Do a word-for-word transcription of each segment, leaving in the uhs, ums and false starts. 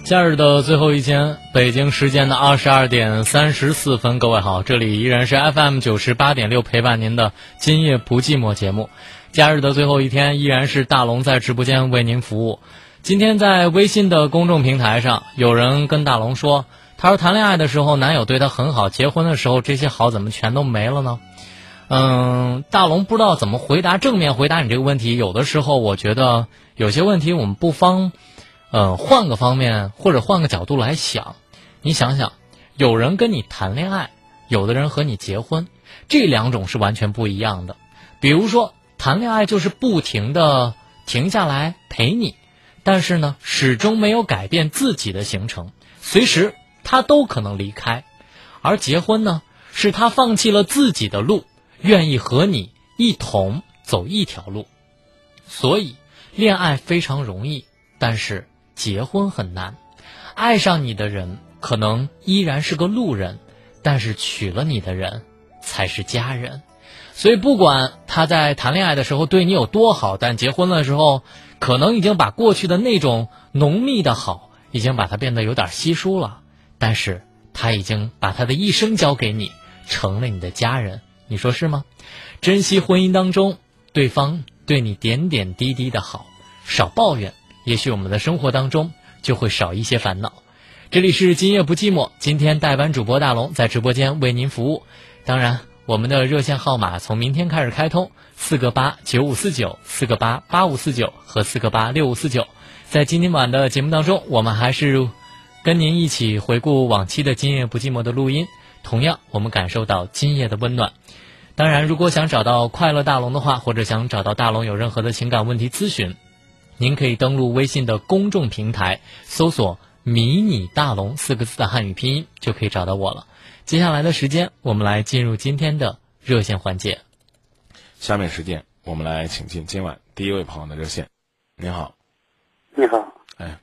假日的最后一天，北京时间的二十二点三十四分，各位好，这里依然是 F M 九十八点六陪伴您的今夜不寂寞节目。假日的最后一天，依然是大龙在直播间为您服务。今天在微信的公众平台上，有人跟大龙说，他说谈恋爱的时候男友对他很好，结婚的时候这些好怎么全都没了呢？嗯，大龙不知道怎么回答，正面回答你这个问题。有的时候我觉得有些问题我们不妨呃，换个方面或者换个角度来想，你想想，有人跟你谈恋爱，有的人和你结婚，这两种是完全不一样的。比如说，谈恋爱就是不停的停下来陪你，但是呢，始终没有改变自己的行程，随时他都可能离开。而结婚呢，是他放弃了自己的路，愿意和你一同走一条路。所以，恋爱非常容易，但是结婚很难。爱上你的人可能依然是个路人，但是娶了你的人才是家人。所以不管他在谈恋爱的时候对你有多好，但结婚的时候可能已经把过去的那种浓密的好已经把它变得有点稀疏了，但是他已经把他的一生交给你，成了你的家人。你说是吗？珍惜婚姻当中对方对你点点滴滴的好，少抱怨，也许我们的生活当中就会少一些烦恼。这里是今夜不寂寞，今天代班主播大龙在直播间为您服务。当然我们的热线号码从明天开始开通，四个八九五四九，四个八八五四九和四个八六五四九。在今天晚的节目当中，我们还是跟您一起回顾往期的今夜不寂寞的录音，同样我们感受到今夜的温暖。当然如果想找到快乐大龙的话，或者想找到大龙有任何的情感问题咨询，您可以登录微信的公众平台，搜索迷你大龙四个字的汉语拼音，就可以找到我了。接下来的时间，我们来进入今天的热线环节。 下面时间，我们来请进今晚第一位朋友的热线。你好。 你好。 哎。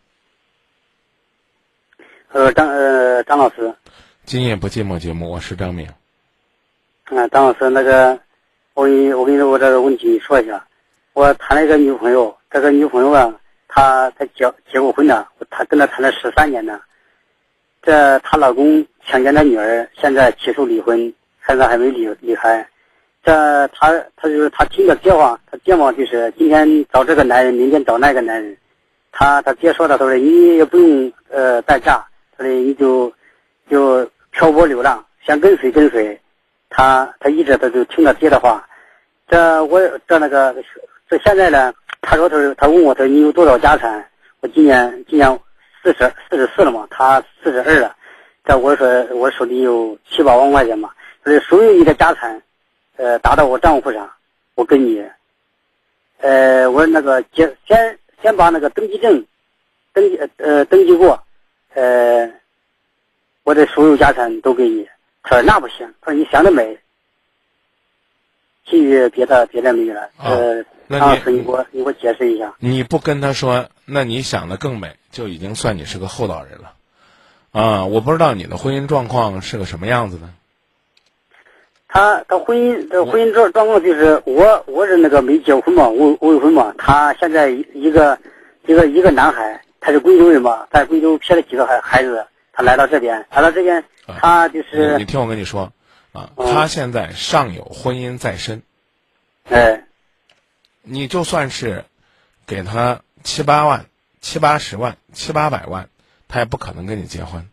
呃，张呃张老师。 今夜不寂寞节目，我是张明。 啊，张老师，那个，我跟我跟你我这个问题说一下，我谈了一个女朋友，这个女朋友啊，她她结结过婚的，她跟她谈了十三年呢。这她老公强奸她女儿，现在起诉离婚，现在还没离离开。这她她就是她听着电话，她电话就是今天找这个男人，明天找那个男人。她她爹说的，她说你也不用呃再嫁，她说你就就漂泊流浪，想跟随跟随。他他一直他就听他爹的话，这我这那个这现在呢，他说他说他问我他说你有多少家产？我今年今年四十四十四了嘛，他四十二了。这我说我手里有七八万块钱嘛，他说所有你的家产，呃，打到我账户上，我跟你，呃，我说那个先先先把那个登记证登记呃登记过，呃，我的所有家产都给你。他说那不行，他说你想得美，其余别的别的没有了。呃，张老师，你给我你给我解释一下。 你不跟他说，那你想的更美，就已经算你是个厚道人了。啊，我不知道你的婚姻状况是个什么样子的。 他他婚姻的婚姻状状况就是我我是那个没结婚嘛，未未婚嘛。他现在一个一个一个男孩，他是贵州人嘛，在贵州撇了几个孩孩子，他来到这边，来到这边。他就是、 啊、你, 你听我跟你说啊、嗯，他现在尚有婚姻在身， 哎， 你就算是给他七八万、七八十万、七八百万，他也不可能跟你结婚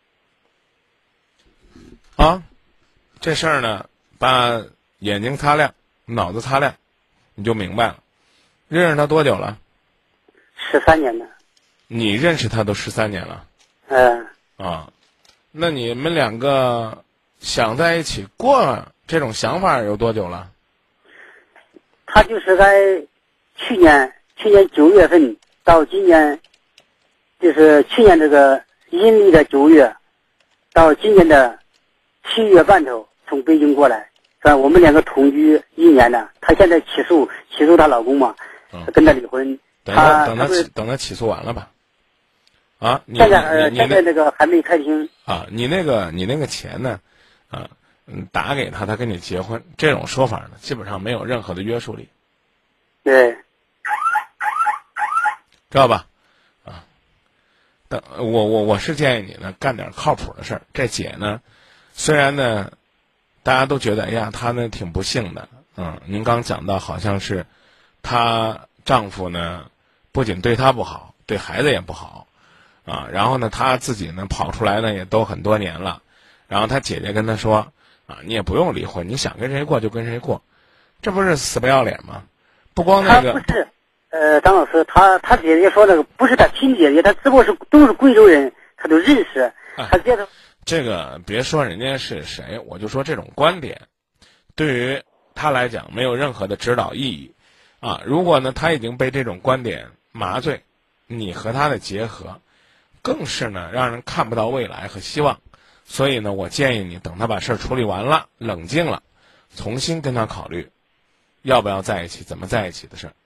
啊。这事儿呢，把眼睛擦亮，脑子擦亮，你就明白了。认识他多久了？ 十三年了。 你认识他都十三年了？ 嗯、 呃。啊。那你们两个想在一起过这种想法有多久了？ 他就是在去年去年九月份到今年，就是去年这个阴历的九月到今年的七月半头从北京过来，是吧？我们两个同居一年了。他现在起诉起诉她老公嘛，嗯、跟他离婚。 等他等他起等他起诉完了吧？啊，你现在呃， 你现在那个还没开庭啊。你那个你那个钱呢？啊，嗯，打给他，他跟你结婚，这种说法呢，基本上没有任何的约束力。 对， 知道吧？啊， 等我我我是建议你呢干点靠谱的事儿。这姐呢，虽然呢，大家都觉得哎呀她呢挺不幸的，嗯，您刚讲到好像是她丈夫呢不仅对她不好，对孩子也不好，啊，然后呢她自己呢跑出来呢也都很多年了，然后她姐姐跟她说啊，你也不用离婚，你想跟谁过就跟谁过，这不是死不要脸吗？不光那个他不是，呃，张老师，他他姐姐说那个不是他亲姐姐，他只不过是都是贵州人，他都认识。他接着、啊、 这个别说人家是谁，我就说这种观点，对于他来讲没有任何的指导意义啊。如果呢他已经被这种观点麻醉，你和他的结合，更是呢让人看不到未来和希望。所以呢，我建议你等他把事儿处理完了，冷静了，重新跟他考虑。要不要在一起？怎么在一起的事儿？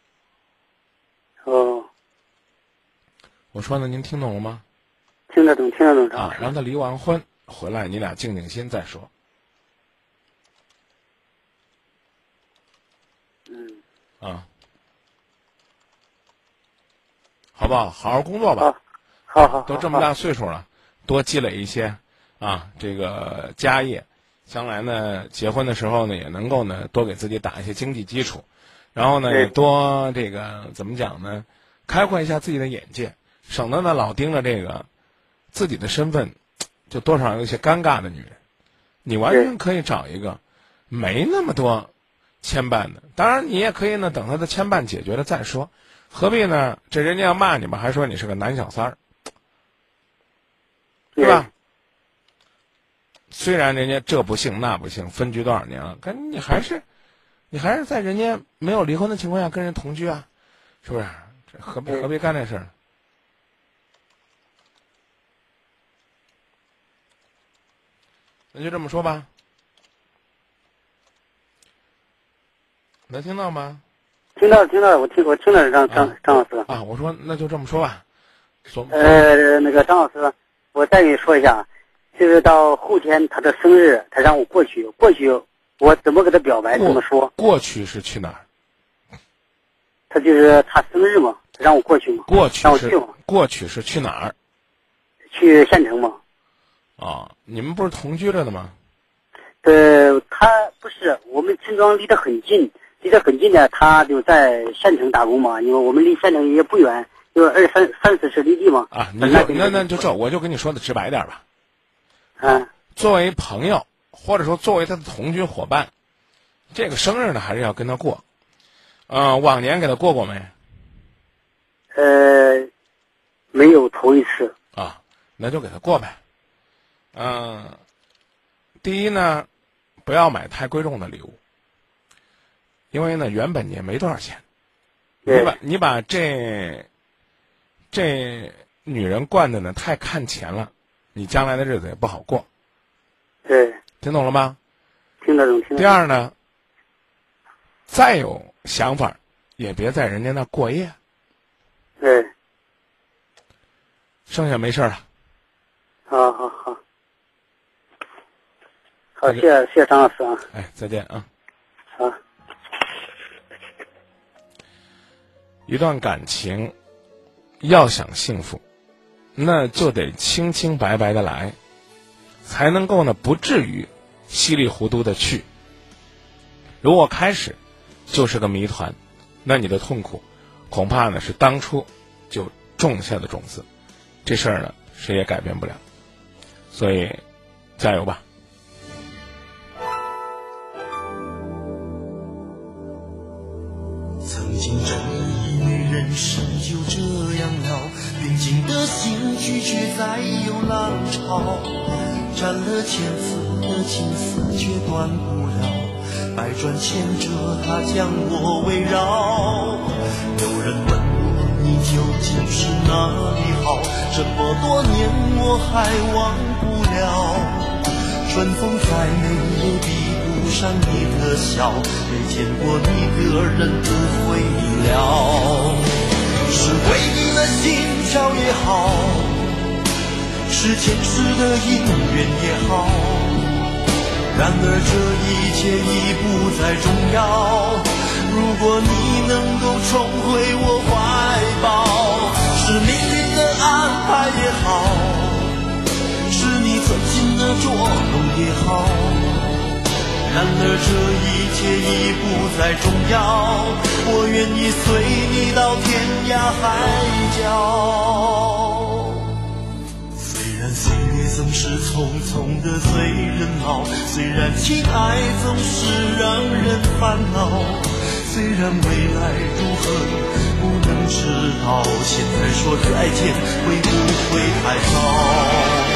哦， 我说呢，您听懂了吗？ 听得懂，听得懂。 啊，让他离完婚回来，你俩静静心再说。 嗯。 啊，好不好？好好工作吧。 好好好。 都这么大岁数了，多积累一些啊，这个家业。将来呢，结婚的时候呢，也能够呢多给自己打一些经济基础，然后呢也多这个怎么讲呢，开阔一下自己的眼界，省得呢老盯着这个自己的身份，就多少有一些尴尬的女人。你完全可以找一个没那么多牵绊的，当然你也可以呢等他的牵绊解决了再说，何必呢？这人家要骂你们，还说你是个男小三儿，对吧？虽然人家这不幸那不幸，分居多少年了，可你还是，你还是在人家没有离婚的情况下跟人同居啊，是不是？这何必何必干这事儿？那就这么说吧。能听到吗？ 听到听到，我听我听到张张张老师啊，我说那就这么说吧。 呃，那个张老师，我再给你说一下。就是到后天他的生日，他让我过去，过去我怎么给他表白？怎么说？ 过去是去哪儿？ 他就是他生日嘛，他让我过去嘛。 过去让我去嘛。 过去是去哪儿？ 去县城嘛。 啊，你们不是同居了的吗？ 呃，他不是，我们村庄离得很近，离得很近的，他就在县城打工嘛，因为我们离县城也不远，就二三三四十里地嘛。 啊，你就那那就这，我就跟你说的直白点吧。 嗯， 作为朋友，或者说作为他的同居伙伴，这个生日呢还是要跟他过。呃，往年给他过过没？ 呃，没有头一次。 啊，那就给他过呗。嗯、呃，第一呢，不要买太贵重的礼物，因为呢原本也没多少钱。你把你把这这女人惯的呢太看钱了。你将来的日子也不好过， 对， 听懂了吗？ 听得懂，听得懂。 第二呢，再有想法，也别在人家那过夜。 对。 剩下没事了。 好好好。好，谢谢谢谢张老师啊。 哎，再见啊。 好。 一段感情，要想幸福。那就得清清白白的来，才能够呢不至于稀里糊涂的去。如果开始就是个谜团，那你的痛苦恐怕呢是当初就种下的种子，这事儿呢谁也改变不了。所以加油吧。 曾经真以为人生就这样了，平静的心拒绝再有浪潮，斩了千次的情丝却断不了，百转千折它将我围绕。有人问我你究竟是哪里好，这么多年我还忘不了。春风再美也比不上你的笑，没见过你的人不会明了。是回忆的心跳也好，是前世的姻缘也好，然而这一切已不再重要。如果你能够重回我怀抱，是命运的安排。 排也好，是你存心的捉弄也好，然而这一切已不再重要，我愿意随你到天涯海角。虽然岁月总是匆匆的随人老，虽然情爱总是让人烦恼，虽然未来如何不能知道，现在说再见会不会太早？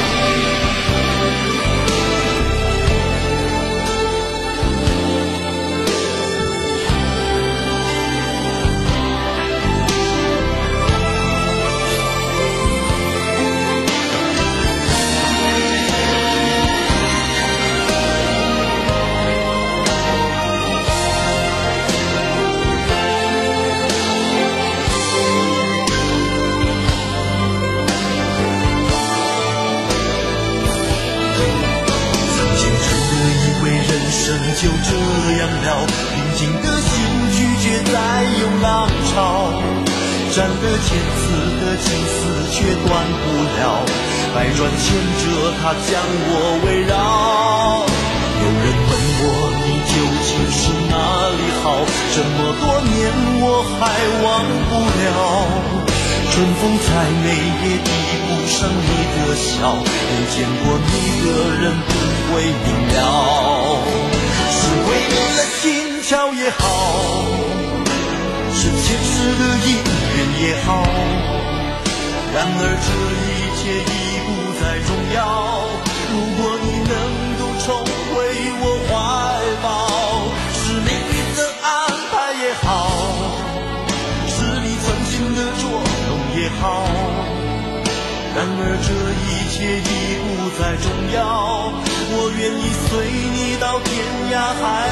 就这样了，平静的心拒绝再有浪潮，斩了千次的情丝却断不了，百转千折它将我围绕。有人问我你究竟是哪里好，这么多年我还忘不了，春风再美也抵不上你的笑，没见过你的人不会明了，是为你的心跳也好，是前世的姻缘也好，然而这一切已不再重要，如果你能够重回我怀抱，是命运的安排也好，是你存心的捉弄也好，然而这一切已不再重要，我愿意随你到天涯海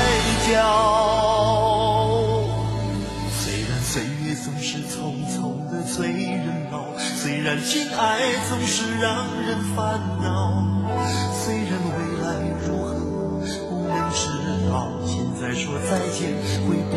角。虽然岁月总是匆匆的随人老，虽然情爱总是让人烦恼，虽然未来如何不能知道，现在说再见会不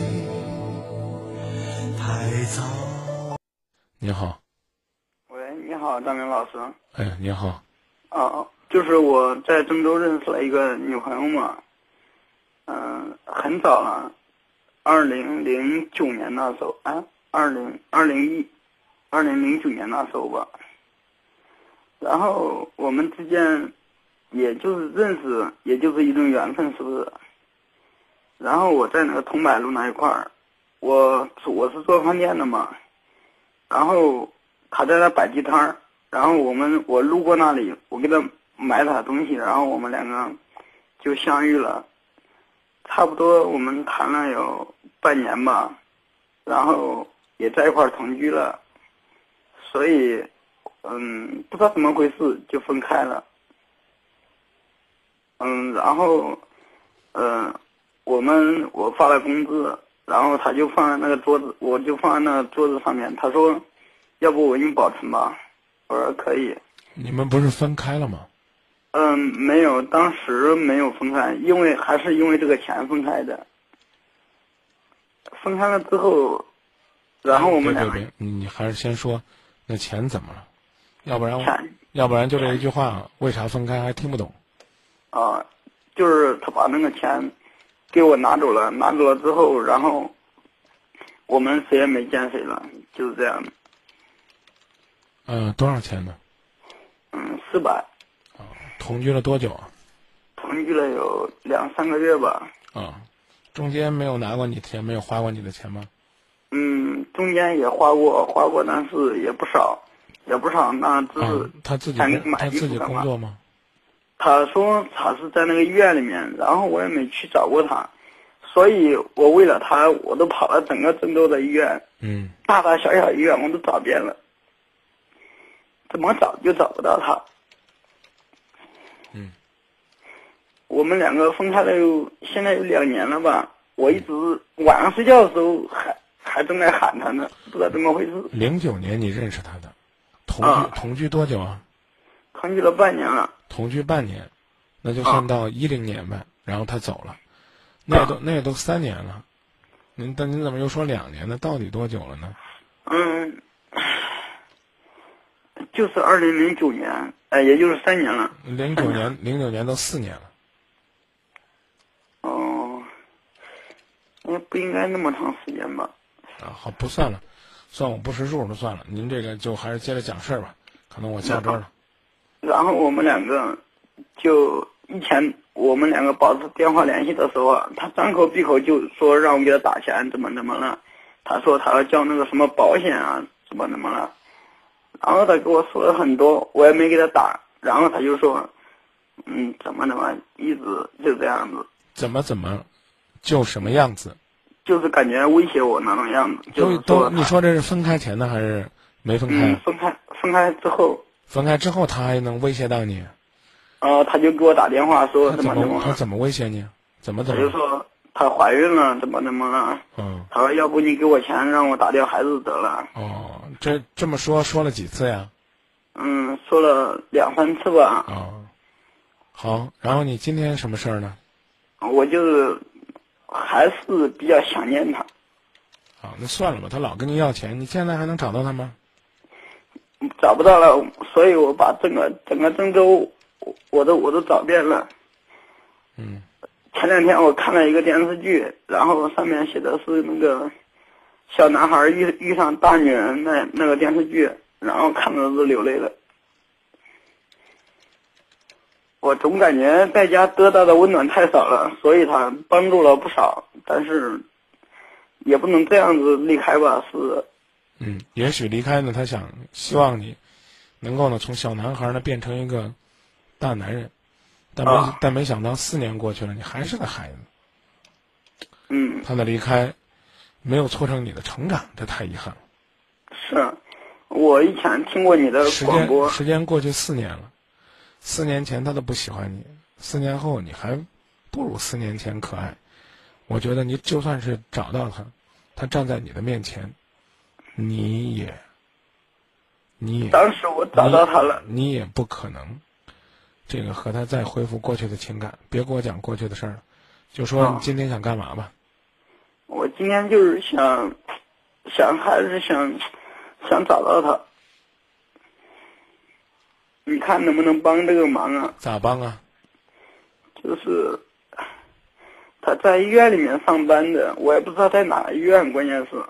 会太早？ 你好。 喂，你好，张明老师。 哎，你好。 啊，就是我在郑州认识了一个女朋友嘛，嗯、呃，很早了，二零零九年那时候，啊，二零二零一，二零零九年那时候吧。然后我们之间，也就是认识，也就是一种缘分，是不是？然后我在那个桐柏路那一块儿，我我是做饭店的嘛，然后他在那摆地摊儿，然后我们我路过那里，我给他买他东西，然后我们两个就相遇了，差不多我们谈了有半年吧，然后也在一块儿同居了，所以嗯不知道怎么回事就分开了，嗯然后嗯、呃、我们我发了工资，然后他就放在那个桌子，我就放在那个桌子上面，他说要不我给你保存吧，我说可以。 你们不是分开了吗？ 嗯，没有，当时没有分开，因为还是因为这个钱分开的。分开了之后，然后我们两个， 别别别，你还是先说，那钱怎么了？要不然钱， 要不然就这一句话，为啥分开还听不懂？ 啊，就是他把那个钱给我拿走了，拿走了之后，然后我们谁也没见谁了，就是这样。 嗯、呃，多少钱呢？ 嗯，四百。 啊，同居了多久啊？ 同居了有两三个月吧。 啊，中间没有拿过你的钱，没有花过你的钱吗？ 嗯，中间也花过，花过，但是也不少，也不少。那只是、 啊、他自己才买他自己工作吗？ 他说他是在那个医院里面，然后我也没去找过他，所以我为了他，我都跑了整个郑州的医院， 嗯， 大大小小医院我都找遍了，怎么找就找不到他。 嗯， 我们两个分开了有现在有两年了吧，我一直晚上睡觉的时候还还正在喊他呢，不知道怎么回事。 零九年你认识他的，同居、 啊、 同居多久啊？ 同居了半年了。 同居半年，那就算到一零年呗、啊。然后他走了，那也都、啊、那也都三年了。您但您怎么又说两年呢？到底多久了呢？ 嗯， 就是二零零九年，哎，也就是三年了。 零九年，零九年都四年了。 哦，也不应该那么长时间吧？ 啊，好，不算了，算我不识数就算了。您这个就还是接着讲事儿吧，可能我较真了。 然后我们两个就以前我们两个保持电话联系的时候啊，他张口闭口就说让我给他打钱，怎么怎么了？他说他要交那个什么保险啊，怎么怎么了？然后他给我说了很多，我也没给他打。然后他就说，嗯，怎么怎么，一直就这样子。 怎么怎么，就什么样子？ 就是感觉威胁我那种样子。就是都都， 说你说这是分开前的还是没分开？ 嗯，分开分开之后。 分开之后他还能威胁到你？ 呃，他就给我打电话说他怎怎么怎么。 他怎么威胁你？怎么怎他么？ 就说她怀孕了，怎么怎么了？ 嗯。 他说要不你给我钱，让我打掉孩子得了。 哦，这这么说说了几次呀？ 嗯，说了两三次吧。 哦，好，然后你今天什么事儿呢？ 我就是还是比较想念他。 好，那算了吧，他老跟你要钱，你现在还能找到他吗？ 找不到了，所以我把整个整个郑州我都我都找遍了。 嗯。 前两天我看了一个电视剧，然后上面写的是那个小男孩遇遇上大女人那那个电视剧，然后看的是流泪了。我总感觉在家得到的温暖太少了，所以他帮助了不少，但是也不能这样子离开吧？是。 嗯，也许离开呢，他想希望你能够呢从小男孩呢变成一个大男人，但没、啊、但没想到四年过去了，你还是个孩子。 嗯， 他的离开没有促成你的成长，这太遗憾了。 是，我以前听过你的广播。 时间时间过去四年了，四年前他都不喜欢你，四年后你还不如四年前可爱。我觉得你就算是找到他，他站在你的面前。你也，你也， 当时我找到他了， 你，你也不可能，这个和他再恢复过去的情感。别给我讲过去的事儿了，就说你今天想干嘛吧。 哦、我今天就是想，想还是想，想找到他。你看能不能帮这个忙啊？ 咋帮啊？ 就是他在医院里面上班的，我也不知道在哪医院，关键是。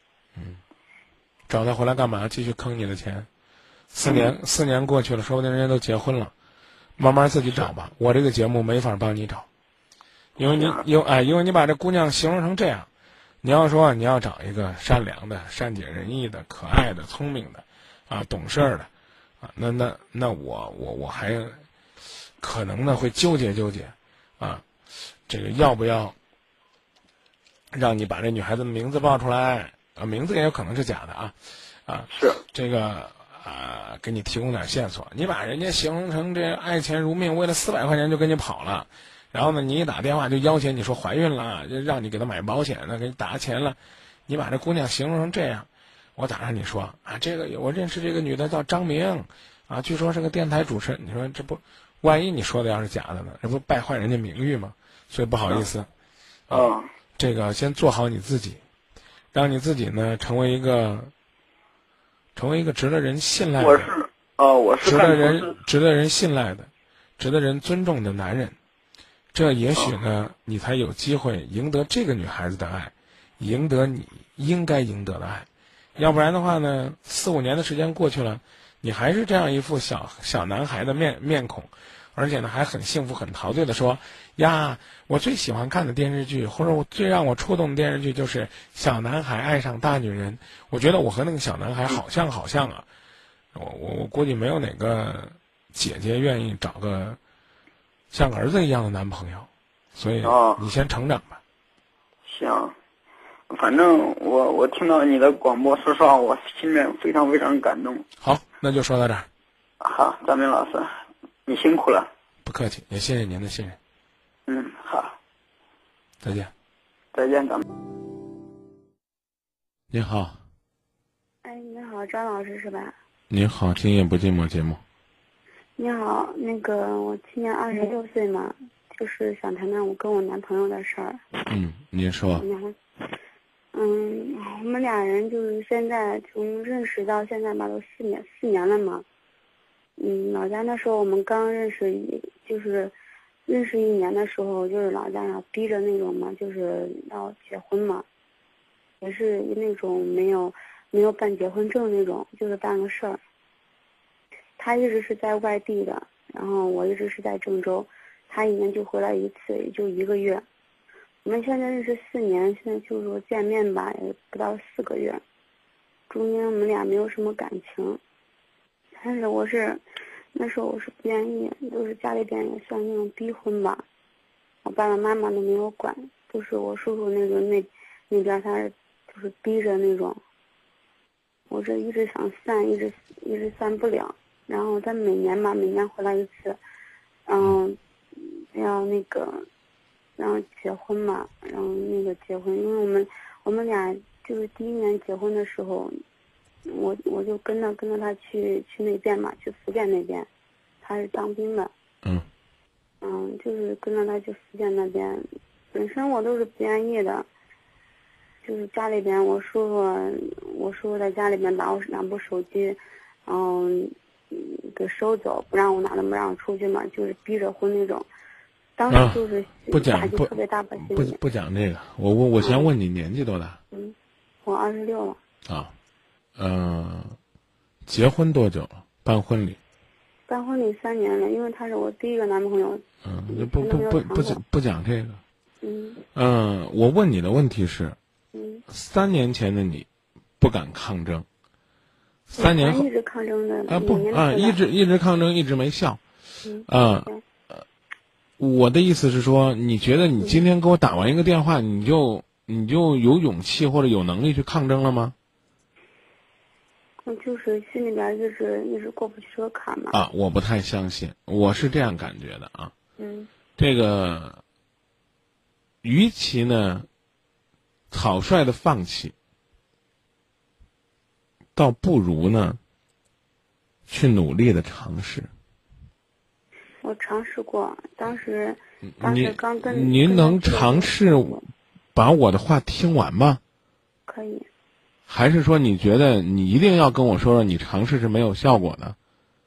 找他回来干嘛？继续坑你的钱。四年、嗯、四年过去了，说不定人家都结婚了，慢慢自己找吧。我这个节目没法帮你找，因为你因哎，因为你把这姑娘形容成这样，你要说你要找一个善良的、善解人意的、可爱的、聪明的，啊，懂事儿的，啊，那那那我我我还可能呢会纠结纠结，啊，这个要不要让你把这女孩子的名字报出来？啊，名字也有可能是假的啊，啊， 是这个啊，给你提供点线索。你把人家形容成这爱钱如命，为了四百块钱就跟你跑了，然后呢，你一打电话就要挟你说怀孕了，就让你给他买保险呢，给你打钱了。你把这姑娘形容成这样，我咋让你说啊？这个我认识这个女的叫张明，啊，据说是个电台主持人。你说这不，万一你说的要是假的呢？这不败坏人家名誉吗？所以不好意思， 啊， 啊这个先做好你自己。让你自己呢成为一个，成为一个值得人信赖的， 我是哦，我是值得人值得人信赖的，值得人尊重的男人。这也许呢，你才有机会赢得这个女孩子的爱，赢得你应该赢得的爱。要不然的话呢，四五年的时间过去了，你还是这样一副小小男孩的面面孔，而且呢还很幸福很陶醉的说呀，我最喜欢看的电视剧，或者我最让我触动的电视剧就是小男孩爱上大女人。我觉得我和那个小男孩好像好像啊，我我我估计没有哪个姐姐愿意找个像儿子一样的男朋友，所以你先成长吧。 行，反正我我听到你的广播，说实话，我心里面非常非常感动。 好，那就说到这儿。 好，张明老师，你辛苦了。 不客气，也谢谢您的信任。 嗯，好， 再见。 再见，张。 你好。 哎，你好，张老师是吧？ 你好，今夜不寂寞节目。 你好，那个我今年二十六岁嘛，就是想谈谈我跟我男朋友的事儿。 嗯，您说。 嗯，我们俩人就是现在从认识到现在吧，都四年四年了嘛。 嗯，老家那时候我们刚认识一，就是认识一年的时候，就是老家要逼着那种嘛，就是要结婚嘛，也是那种没有没有办结婚证那种，就是办个事儿。他一直是在外地的，然后我一直是在郑州，他一年就回来一次，也就一个月。我们现在认识四年，现在就是说见面吧，也不到四个月，中间我们俩没有什么感情。但是我是那时候我是不愿意，就是家里边也算那种逼婚吧，我爸爸妈妈都没有管，就是我叔叔那个那那边他是就是逼着那种，我这一直想散，一直一直散不了。然后他每年吧，每年回来一次，然后要那个，然后结婚嘛，然后那个结婚，因为我们我们俩就是第一年结婚的时候，我我就跟着跟着他去去那边嘛，去福建那边，他是当兵的， 嗯嗯，就是跟着他去福建那边，本身我都是不愿意的，就是家里边我叔叔我叔叔在家里边把我两部手机，嗯。给收走，不让我拿，都不让我出去嘛，就是逼着婚那种。当时就是不讲不特别大把心不不讲这个。我我我先问你年纪多大？ 嗯，我二十六了。 啊，呃，结婚多久了？办婚礼？ 办婚礼三年了，因为他是我第一个男朋友。 嗯，不不不不讲不讲这个。 嗯。 嗯、呃，我问你的问题是， 嗯， 三年前的你不敢抗争。三年后一直抗争的啊不啊一直一直抗争一直没效， 嗯啊，呃，我的意思是说，你觉得你今天给我打完一个电话，你就你就有勇气或者有能力去抗争了吗？ 我就是心里边一直一直过不去这个坎嘛。 啊，我不太相信，我是这样感觉的啊。 嗯。 这个，与其呢，草率的放弃。倒不如呢，去努力的尝试。 我尝试过，当时当时刚跟您能尝试把我的话听完吗？ 可以。 还是说你觉得你一定要跟我说说你尝试是没有效果的？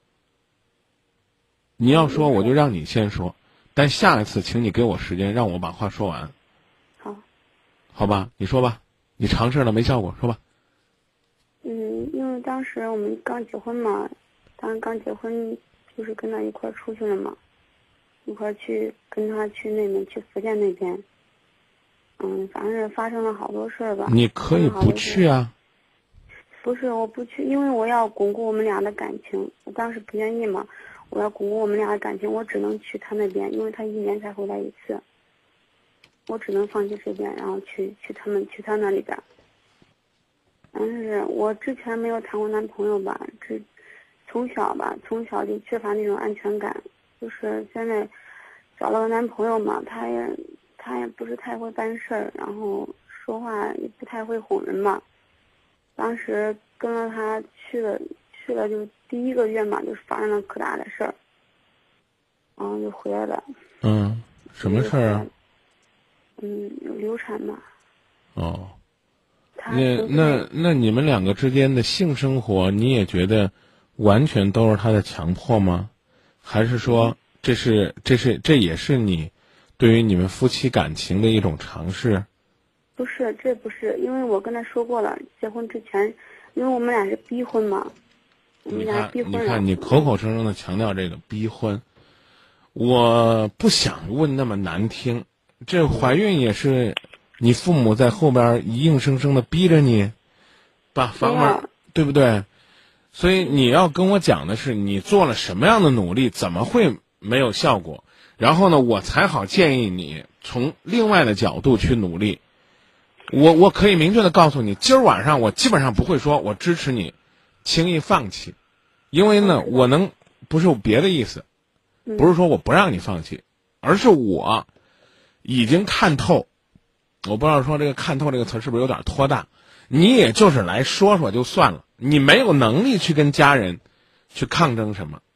你要说我就让你先说，但下一次请你给我时间让我把话说完。 好。 好吧，你说吧，你尝试了没效果，说吧。 嗯，因为当时我们刚结婚嘛，当时刚结婚就是跟他一块儿出去了嘛，一块儿去跟他去那边去福建那边，嗯，反正是发生了好多事儿吧。 你可以不去啊。 不是，我不去，因为我要巩固我们俩的感情。我当时不愿意嘛，我要巩固我们俩的感情，我只能去他那边，因为他一年才回来一次，我只能放弃这边，然后去去他们去他那里边。但是我之前没有谈过男朋友吧，这从小吧，从小就缺乏那种安全感。就是现在找了个男朋友嘛，他也他也不是太会办事儿，然后说话也不太会哄人嘛。当时跟了他去了去了，就第一个月嘛，就发生了可大的事儿，然后就回来了。 嗯，什么事儿啊？ 嗯，有流产嘛。 哦。那那那你们两个之间的性生活，你也觉得完全都是他的强迫吗？还是说这是这是这也是你对于你们夫妻感情的一种尝试？ 不是，这不是，因为我跟他说过了，结婚之前，因为我们俩是逼婚嘛，我们俩逼婚。 你看，你看，你口口声声的强调这个逼婚，我不想问那么难听，这怀孕也是。你父母在后边硬生生的逼着你把房门，对不对？所以你要跟我讲的是你做了什么样的努力，怎么会没有效果？然后呢，我才好建议你从另外的角度去努力。我我可以明确的告诉你，今儿晚上我基本上不会说我支持你轻易放弃，因为呢，我能不是别的意思，不是说我不让你放弃，而是我已经看透。我不知道说这个看透这个词是不是有点拖大，你也就是来说说就算了，你没有能力去跟家人去抗争什么，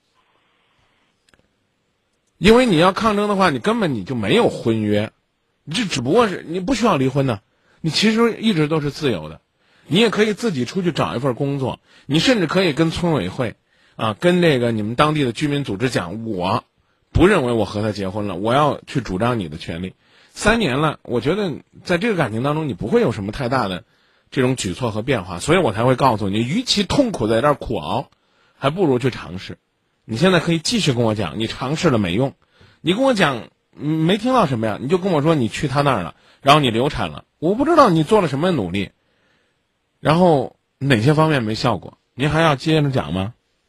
因为你要抗争的话，你根本你就没有婚约，这只不过是你不需要离婚的，你其实一直都是自由的，你也可以自己出去找一份工作，你甚至可以跟村委会啊，跟这个你们当地的居民组织讲，我不认为我和他结婚了，我要去主张你的权利。三年了，我觉得在这个感情当中，你不会有什么太大的这种举措和变化，所以我才会告诉你，与其痛苦在这儿苦熬，还不如去尝试。你现在可以继续跟我讲，你尝试了没用，你跟我讲没听到什么呀，你就跟我说你去他那儿了，然后你流产了，我不知道你做了什么努力，然后哪些方面没效果，您还要接着讲吗？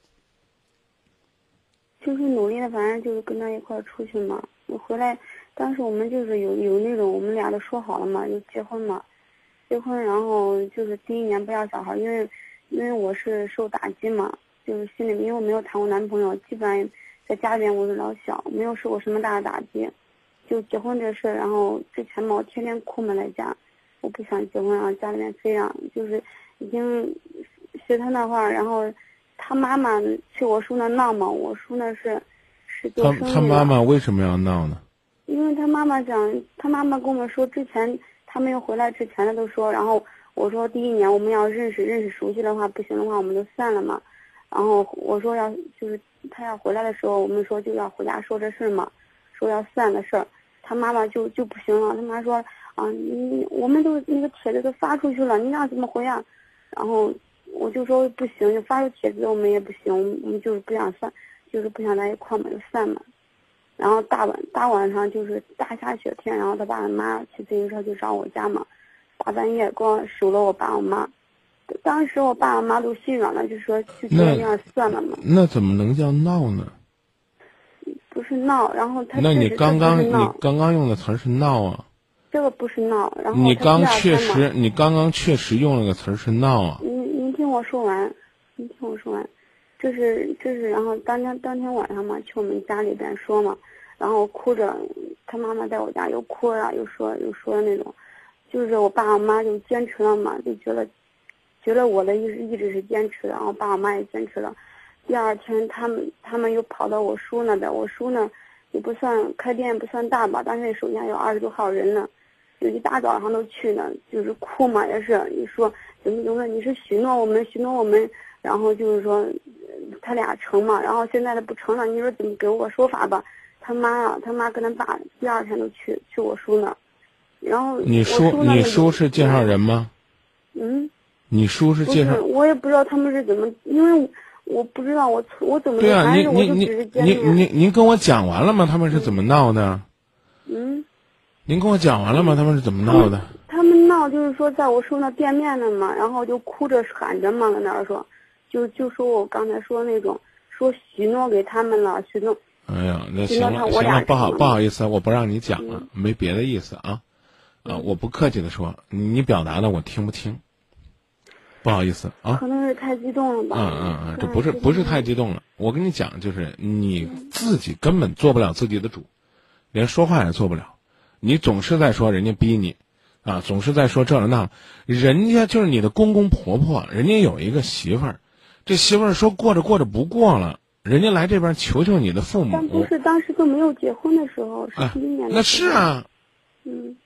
就是努力的，反正就是跟他一块儿出去嘛。我回来，当时我们就是有有那种，我们俩都说好了嘛，就结婚嘛，结婚，然后就是第一年不要小孩，因为因为我是受打击嘛，就是心里因为我没有谈过男朋友，基本上在家里边我是老小，没有受过什么大的打击。就结婚这事，然后之前嘛，我天天哭嘛在家，我不想结婚，然后家里面非让，就是已经学他那话，然后他妈妈去我叔那闹嘛，我叔那是是做生意的。 他他妈妈为什么要闹呢？ 因为他妈妈讲，他妈妈跟我们说，之前他没有回来之前的都说，然后我说第一年我们要认识认识熟悉的话，不行的话我们就散了嘛。然后我说要就是他要回来的时候，我们说就要回家说这事嘛，说要散的事儿。他妈妈就就不行了，他妈说啊，你我们都那个帖子都发出去了，你让怎么回啊？然后我就说不行，就发出帖子我们也不行，我们就是不想散，就是不想在一块嘛，就散嘛。然后大晚大晚上就是大下雪天，然后他爸他妈骑自行车去找我家嘛，大半夜光数落我爸我妈。当时我爸我妈都心软了，就说就这样算了嘛。 那怎么能叫闹呢？ 不是闹，然后他那你刚刚你闹刚刚用的词儿是闹啊？ 这个不是闹，然后你刚他第确二天嘛实你刚刚确实用了个词儿是闹啊。 您您听我说完，您听我说完，这是这是，然后当天当天晚上嘛，去我们家里边说嘛，然后哭着，他妈妈在我家又哭了又说又说的那种，就是我爸我妈就坚持了嘛，就觉得觉得我的意志一直是坚持的，然后爸我妈也坚持了。第二天他们他们又跑到我叔那边，我叔呢也不算开店也不算大吧，但是手下有二十多号人呢，就一大早上都去呢，就是哭嘛，也是你说怎么怎么你是许诺我们许诺我们，然后就是说他俩成嘛，然后现在他不成了，你说怎么给我个说法吧？他妈呀，他妈跟他爸第二天都去去我叔那，然后你叔你叔是介绍人吗？ 嗯， 你叔是介绍， 我也不知道他们是怎么，因为我不知道我我怎么对啊，您我就您只是您您您您跟我讲完了吗？他们是怎么闹的？ 嗯， 您跟我讲完了吗？他们是怎么闹的？ 他们闹就是说在我叔那店面呢嘛，然后就哭着喊着嘛，在那儿说，就就说我刚才说那种，说许诺给他们了，许诺。 哎呀，那许行了行了， 诺他我俩不好成不好意思，我不让你讲了， 嗯没别的意思啊，啊，我不客气的说，你表达的我听不清，不好意思啊。 可能是太激动了吧。 嗯嗯嗯，这不是不是太激动了。我跟你讲，就是你自己根本做不了自己的主，连说话也做不了。你总是在说人家逼你，啊，总是在说这了那，人家就是你的公公婆婆，人家有一个媳妇儿，这媳妇儿说过着过着不过了，人家来这边求求你的父母。 但不是当时都没有结婚的时候，是第一年的时候。 那是啊。 嗯。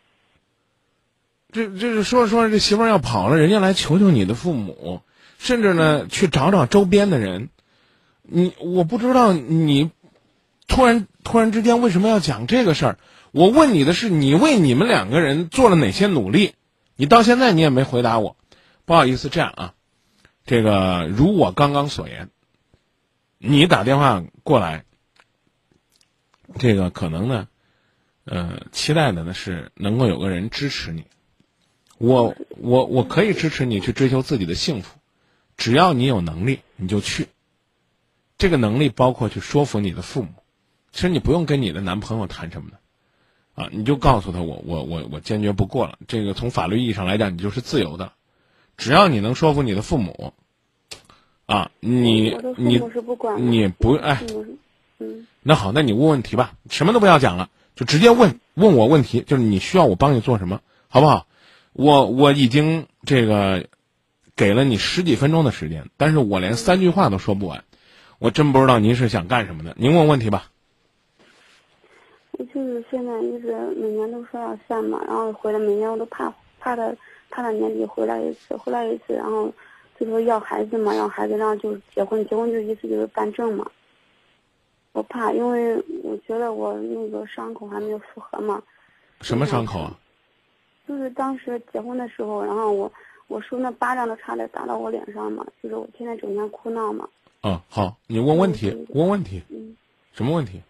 这这是说着说着，这媳妇儿要跑了，人家来求求你的父母，甚至呢去找找周边的人。你我不知道你突然突然之间为什么要讲这个事儿？我问你的是，你为你们两个人做了哪些努力？你到现在你也没回答我。不好意思，这样啊，这个如我刚刚所言，你打电话过来，这个可能呢，呃，期待的呢是能够有个人支持你。我我我可以支持你去追求自己的幸福，只要你有能力，你就去。这个能力包括去说服你的父母，其实你不用跟你的男朋友谈什么的，啊，你就告诉他我我我我坚决不过了。这个从法律意义上来讲，你就是自由的，只要你能说服你的父母，啊，你你你不哎， 嗯， 那好，那你问问题吧，什么都不要讲了，就直接问问我问题，就是你需要我帮你做什么，好不好？我我已经这个给了你十几分钟的时间，但是我连三句话都说不完，我真不知道您是想干什么的。您问问题吧。 我就是现在一直每年都说要散嘛，然后回来每年我都怕怕他怕他年底回来一次，回来一次，然后就说要孩子嘛，要孩子，然后就结婚，结婚就意思就是办证嘛。我怕，因为我觉得我那个伤口还没有复合嘛。 什么伤口啊？ 就是当时结婚的时候，然后我我叔那巴掌都差点打到我脸上嘛，就是我天天整天哭闹嘛。 哦，好，你问问题， 嗯、 问问题。 嗯。 什么问题？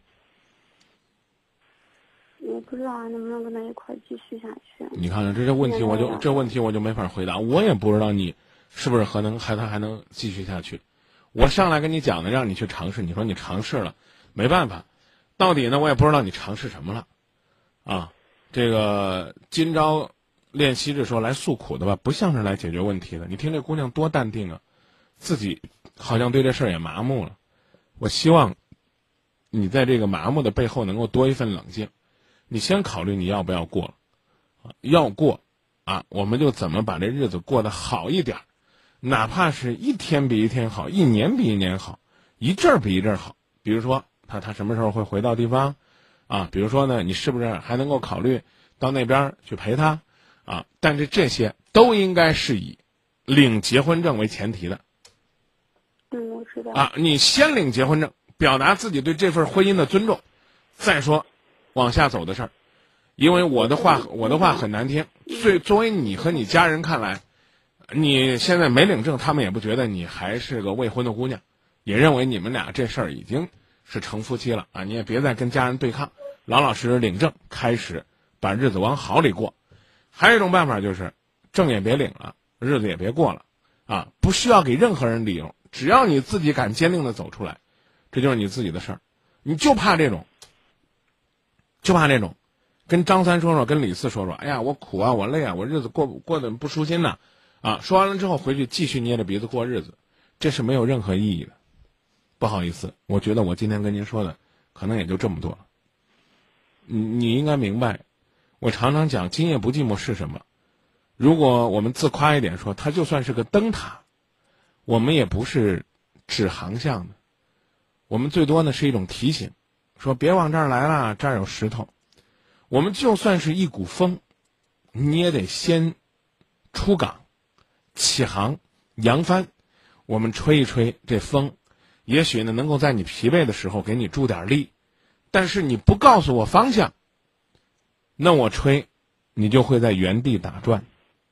我不知道还能不能跟他一块继续下去。 你看看这这问题，我就这问题我就没法回答，我也不知道你是不是还能还他还能继续下去。我上来跟你讲的，让你去尝试，你说你尝试了，没办法，到底呢我也不知道你尝试什么了，啊，这个今朝练习着说来诉苦的吧，不像是来解决问题的。你听这姑娘多淡定啊，自己好像对这事儿也麻木了。我希望你在这个麻木的背后能够多一份冷静。你先考虑你要不要过了，啊，要过，啊，我们就怎么把这日子过得好一点，哪怕是一天比一天好，一年比一年好，一阵儿比一阵儿好。比如说他他什么时候会回到地方，啊，比如说呢，你是不是还能够考虑到那边去陪他，啊？但是这些都应该是以领结婚证为前提的。 嗯，我知道。啊， 你先领结婚证，表达自己对这份婚姻的尊重，再说往下走的事儿。因为我的话我的话很难听，所以作为你和你家人看来，你现在没领证，他们也不觉得你还是个未婚的姑娘，也认为你们俩这事儿已经是成夫妻了啊！你也别再跟家人对抗，老老实实领证，开始把日子往好里过。还有一种办法就是，证也别领了，日子也别过了，啊，不需要给任何人理由，只要你自己敢坚定的走出来，这就是你自己的事儿。你就怕这种。就怕那种，跟张三说说，跟李四说说，哎呀，我苦啊，我累啊，我日子过过得不舒心呐，啊，说完了之后回去继续捏着鼻子过日子，这是没有任何意义的。不好意思，我觉得我今天跟您说的，可能也就这么多了。你你应该明白，我常常讲今夜不寂寞是什么。如果我们自夸一点说，它就算是个灯塔，我们也不是指航向的，我们最多呢是一种提醒。说别往这儿来了，这儿有石头。我们就算是一股风，你也得先出港、起航、扬帆。我们吹一吹这风，也许呢能够在你疲惫的时候给你助点力。但是你不告诉我方向，那我吹，你就会在原地打转。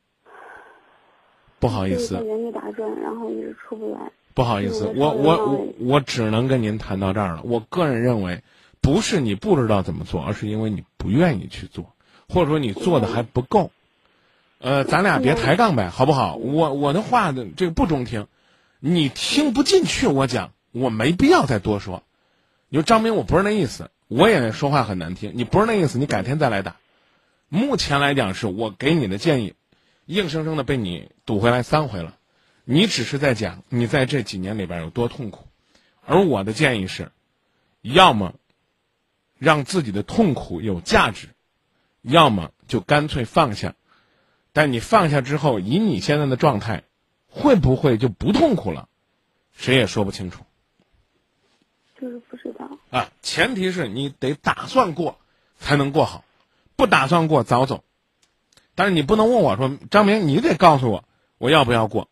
不好意思， 在原地打转，然后一直出不来。 不好意思，我我我我只能跟您谈到这儿了。我个人认为，不是你不知道怎么做，而是因为你不愿意去做，或者说你做的还不够。呃，咱俩别抬杠呗，好不好？我我的话的这个不中听，你听不进去，我讲我没必要再多说。你说张明，我不是那意思，我也说话很难听，你不是那意思，你改天再来打。目前来讲，是我给你的建议，硬生生的被你堵回来三回了。你只是在讲你在这几年里边有多痛苦，而我的建议是，要么让自己的痛苦有价值，要么就干脆放下。但你放下之后，以你现在的状态，会不会就不痛苦了？谁也说不清楚。 就是不知道啊，前提是你得打算过，才能过好，不打算过早走。但是你不能问我说，张明，你得告诉我我要不要过。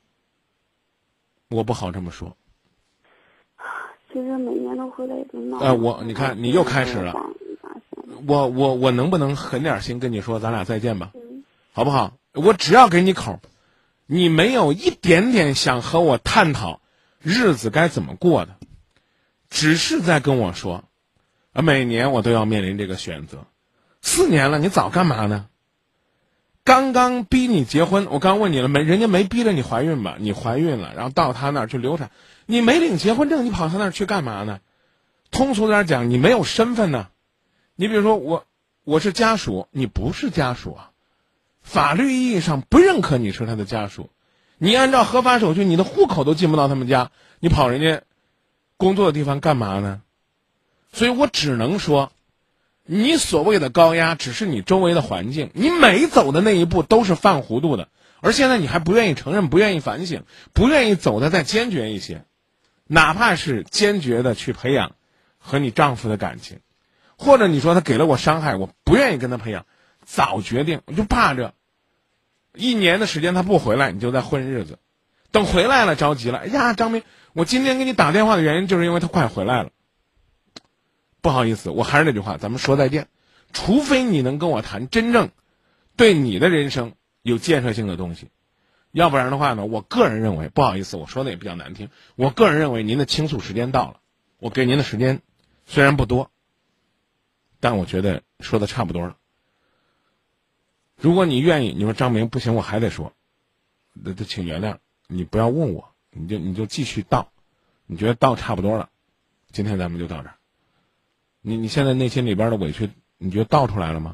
我不好这么说。 其实每年都回来也都闹。 呃，我你看你又开始了。我我我能不能狠点心跟你说，咱俩再见吧， 嗯、 好不好？我只要给你口，你没有一点点想和我探讨日子该怎么过的，只是在跟我说，啊，每年我都要面临这个选择。四年了，你早干嘛呢？刚刚逼你结婚，我刚问你了没？人家没逼着你怀孕吧？你怀孕了，然后到他那儿去流产，你没领结婚证，你跑他那儿去干嘛呢？通俗点讲，你没有身份呢。你比如说我，我是家属，你不是家属啊，法律意义上不认可你是他的家属。你按照合法手续，你的户口都进不到他们家，你跑人家工作的地方干嘛呢？所以我只能说，你所谓的高压只是你周围的环境，你每走的那一步都是犯糊涂的，而现在你还不愿意承认，不愿意反省，不愿意走得再坚决一些，哪怕是坚决的去培养和你丈夫的感情，或者你说他给了我伤害，我不愿意跟他培养，早决定，我就怕着一年的时间他不回来，你就在混日子， 等回来了着急了，哎呀，张明，我今天给你打电话的原因就是因为他快回来了。不好意思，我还是那句话，咱们说再见。除非你能跟我谈真正对你的人生有建设性的东西，要不然的话呢，我个人认为，不好意思，我说的也比较难听，我个人认为您的倾诉时间到了，我给您的时间虽然不多，但我觉得说的差不多了。如果你愿意，你说张明不行，我还得说，那就请原谅，你不要问我，你就你就继续道，你觉得道差不多了，今天咱们就到这儿。你你现在内心里边的委屈，你觉得道出来了吗？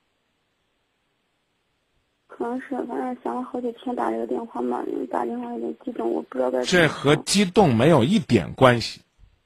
可能是，反正想了好几天打这个电话嘛，因为打电话有点激动，我不知道该。 这和激动没有一点关系，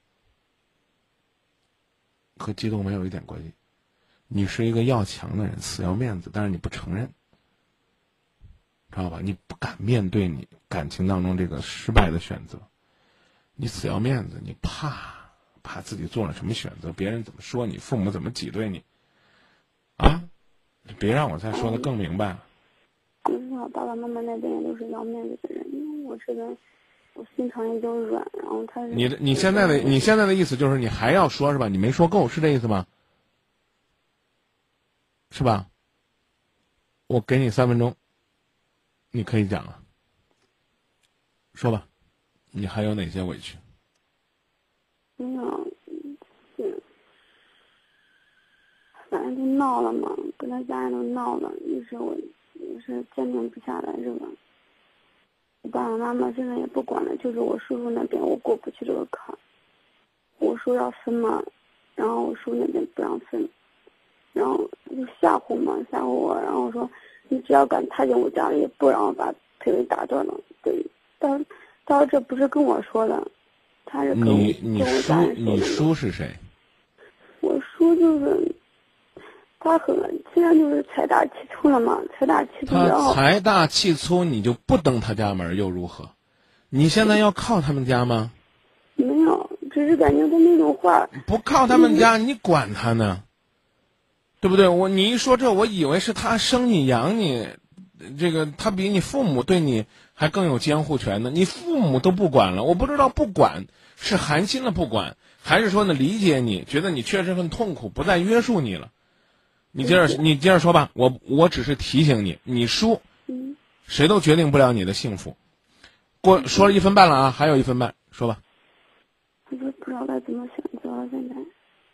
和激动没有一点关系。你是一个要强的人，死要面子，但是你不承认，知道吧？你不敢面对你感情当中这个失败的选择，你死要面子，你怕怕自己做了什么选择，别人怎么说你，父母怎么挤兑你，啊！别让我再说的更明白了。 就是我爸爸妈妈那边也都是要面子的人，因为我这边我心肠也就软，然后他你的你现在的你现在的意思就是你还要说是吧？你没说够是这意思吗？是吧？我给你三分钟，你可以讲了，说吧，你还有哪些委屈？ 没有，嗯，反正就闹了嘛，跟他家人都闹了，于是我也是坚定不下来这个。我爸爸妈妈现在也不管了，就是我叔叔那边我过不去这个坎儿，我说要分嘛，然后我叔那边不让分，然后就吓唬嘛，吓唬我，然后说你只要敢踏进我家里，不让我把腿给打断了。对，但但是这不是跟我说的，他是跟你你跟我叔家人说的。 你叔是谁？ 我叔就是他很现在就是财大气粗了嘛，财大气粗，然他后财大气粗，你就不登他家门又如何？你现在要靠他们家吗？ 没有，只是感觉他那种话不靠他们家，你管他呢？对不对？我你一说这，我以为是他生你养你，这个他比你父母对你还更有监护权呢。你父母都不管了，我不知道不管是寒心的不管，还是说呢理解你，觉得你确实很痛苦，不再约束你了。你接着你接着说吧，我我只是提醒你，你输， 嗯， 谁都决定不了你的幸福。过说了一分半了啊，还有一分半，说吧。 我就不知道该怎么选择了，现在。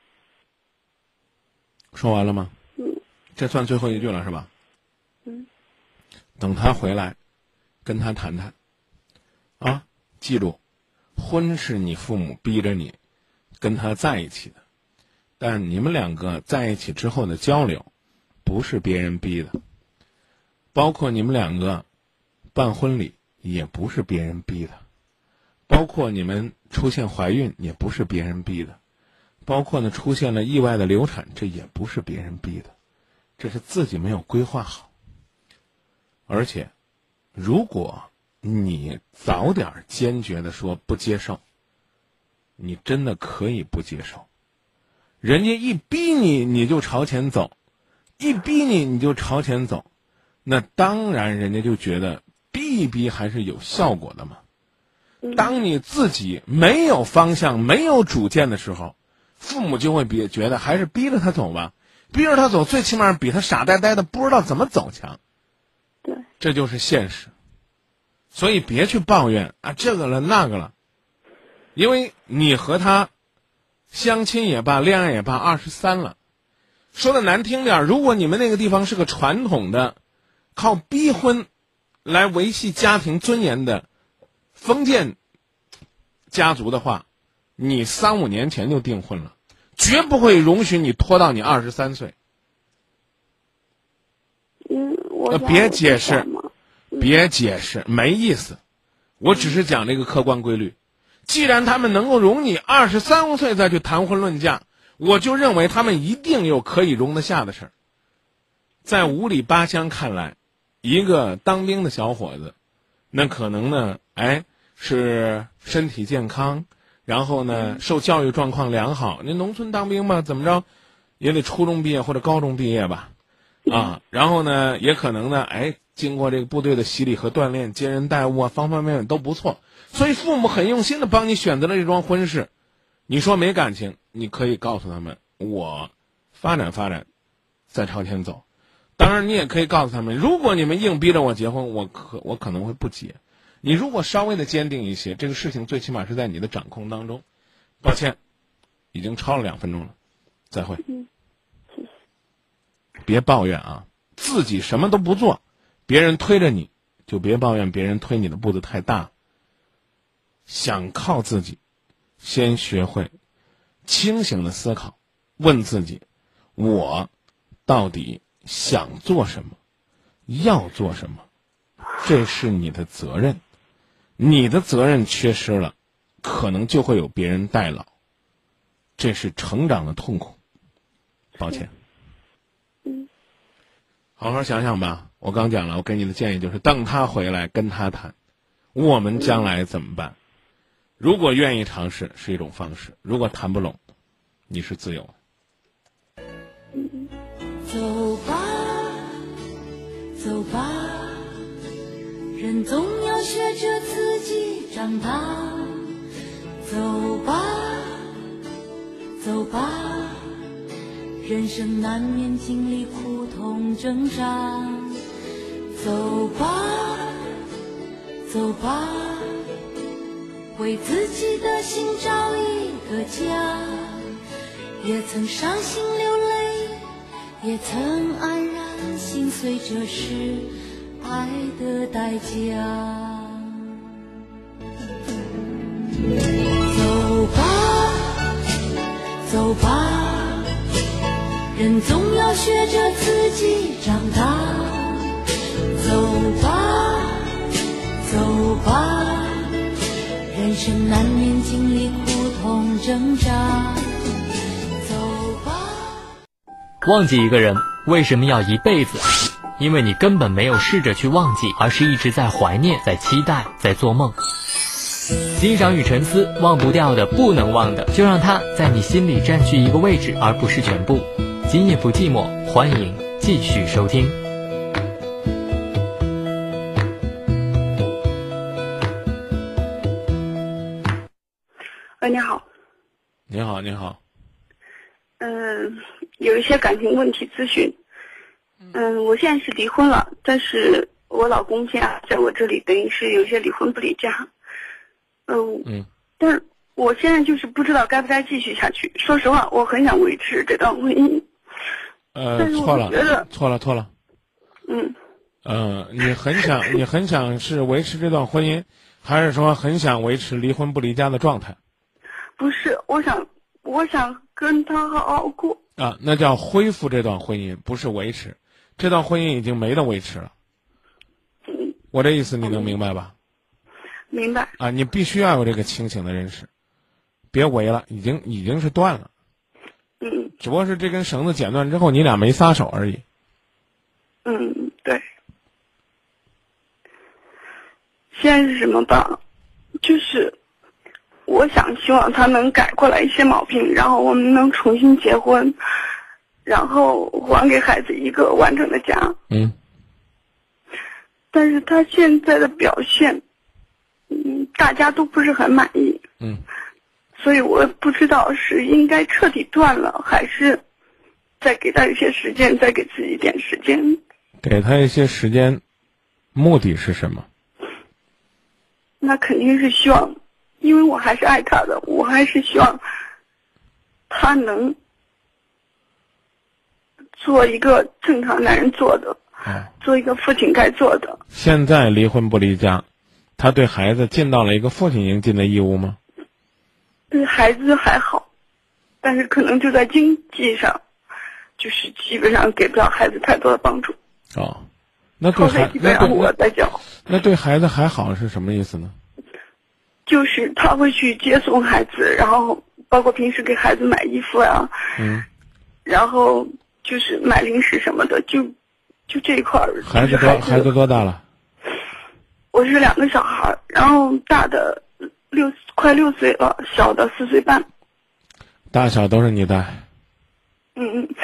说完了吗？ 嗯这算最后一句了是吧？ 嗯。 等他回来，跟他谈谈。啊，记住，婚是你父母逼着你跟他在一起的，但你们两个在一起之后的交流，不是别人逼的。包括你们两个办婚礼，也不是别人逼的。包括你们出现怀孕，也不是别人逼的。包括呢出现了意外的流产，这也不是别人逼的，这是自己没有规划好。而且，如果你早点坚决的说不接受，你真的可以不接受。人家一逼你，你就朝前走，一逼你，你就朝前走，那当然人家就觉得逼一逼还是有效果的嘛。当你自己没有方向、没有主见的时候，父母就会比觉得还是逼着他走吧，逼着他走，最起码比他傻呆呆的不知道怎么走强。 对， 这就是现实。所以别去抱怨啊这个了那个了，因为你和他相亲也罢，恋爱也罢，二十三了。说的难听点，如果你们那个地方是个传统的，靠逼婚来维系家庭尊严的封建家族的话，你三五年前就订婚了，绝不会容许你拖到你二十三岁。 嗯，我别解释， 嗯、 别解释，没意思。我只是讲这个客观规律。既然他们能够容你二十三岁再去谈婚论嫁，我就认为他们一定有可以容得下的事儿。在五里八乡看来，一个当兵的小伙子，那可能呢，哎，是身体健康，然后呢，受教育状况良好。那农村当兵嘛，怎么着，也得初中毕业或者高中毕业吧，啊，然后呢，也可能呢，哎， 经过这个部队的洗礼和锻炼，接人待物啊，方方面面都不错，所以父母很用心的帮你选择了这桩婚事。你说没感情，你可以告诉他们，我发展发展，再朝前走。当然，你也可以告诉他们，如果你们硬逼着我结婚，我可我可能会不结。你如果稍微的坚定一些，这个事情最起码是在你的掌控当中。抱歉，已经超了两分钟了，再会。别抱怨啊，自己什么都不做，别人推着你，就别抱怨别人推你的步子太大。想靠自己，先学会清醒的思考，问自己，我到底想做什么，要做什么，这是你的责任。你的责任缺失了，可能就会有别人代劳，这是成长的痛苦。抱歉。 嗯， 好好想想吧。我刚讲了，我给你的建议就是等他回来跟他谈，我们将来怎么办？如果愿意尝试是一种方式，如果谈不拢，你是自由的。 走吧，走吧，人总要学着自己长大。走吧，走吧，人生难免经历苦痛挣扎。走吧，走吧，为自己的心找一个家。也曾伤心流泪，也曾黯然心碎，这是爱的代价。走吧，走吧，人总要学着自己长大。走吧，走吧，人生难免经历苦痛挣扎。 忘记一个人为什么要一辈子？因为你根本没有试着去忘记，而是一直在怀念，在期待，在做梦。欣赏与沉思，忘不掉的，不能忘的，就让它在你心里占据一个位置，而不是全部。今夜不寂寞，欢迎继续收听。 喂，你好。 你好，你好。 嗯，有一些感情问题咨询。嗯，我现在是离婚了，但是我老公现在在我这里等于是有些离婚不离家。嗯嗯，但是我现在就是不知道该不该继续下去。说实话，我很想维持这段婚姻。 呃，错了，错了，错了。 嗯。 呃，你很想，你很想是维持这段婚姻，还是说很想维持离婚不离家的状态？ 不是，我想，我想跟他好好过。 啊，那叫恢复这段婚姻，不是维持。这段婚姻已经没得维持了。 嗯。 我这意思你能明白吧？ 明白。 啊，你必须要有这个清醒的认识，别围了，已经已经是断了。 嗯。 只不过是这根绳子剪断之后，你俩没撒手而已。 嗯，对。现在是什么吧？就是我想希望他能改过来一些毛病，然后我们能重新结婚，然后还给孩子一个完整的家。 嗯。 但是他现在的表现，嗯，大家都不是很满意。 嗯。 所以我不知道是应该彻底断了，还是再给他一些时间，再给自己一点时间。 给他一些时间，目的是什么？ 那肯定是希望，因为我还是爱他的，我还是希望他能做一个正常男人做的， 哦、 做一个父亲该做的。 现在离婚不离家，他对孩子尽到了一个父亲应尽的义务吗？ 对孩子还好，但是可能就在经济上，就是基本上给不了孩子太多的帮助。 哦，那对孩那对我在教。 那对孩子还好是什么意思呢？ 就是他会去接送孩子，然后包括平时给孩子买衣服啊， 嗯， 然后就是买零食什么的，就就这一块儿。 孩子多孩子孩子多大了？ 我是两个小孩，然后大的六快六岁了，小的四岁半。 大小都是你带。 嗯嗯，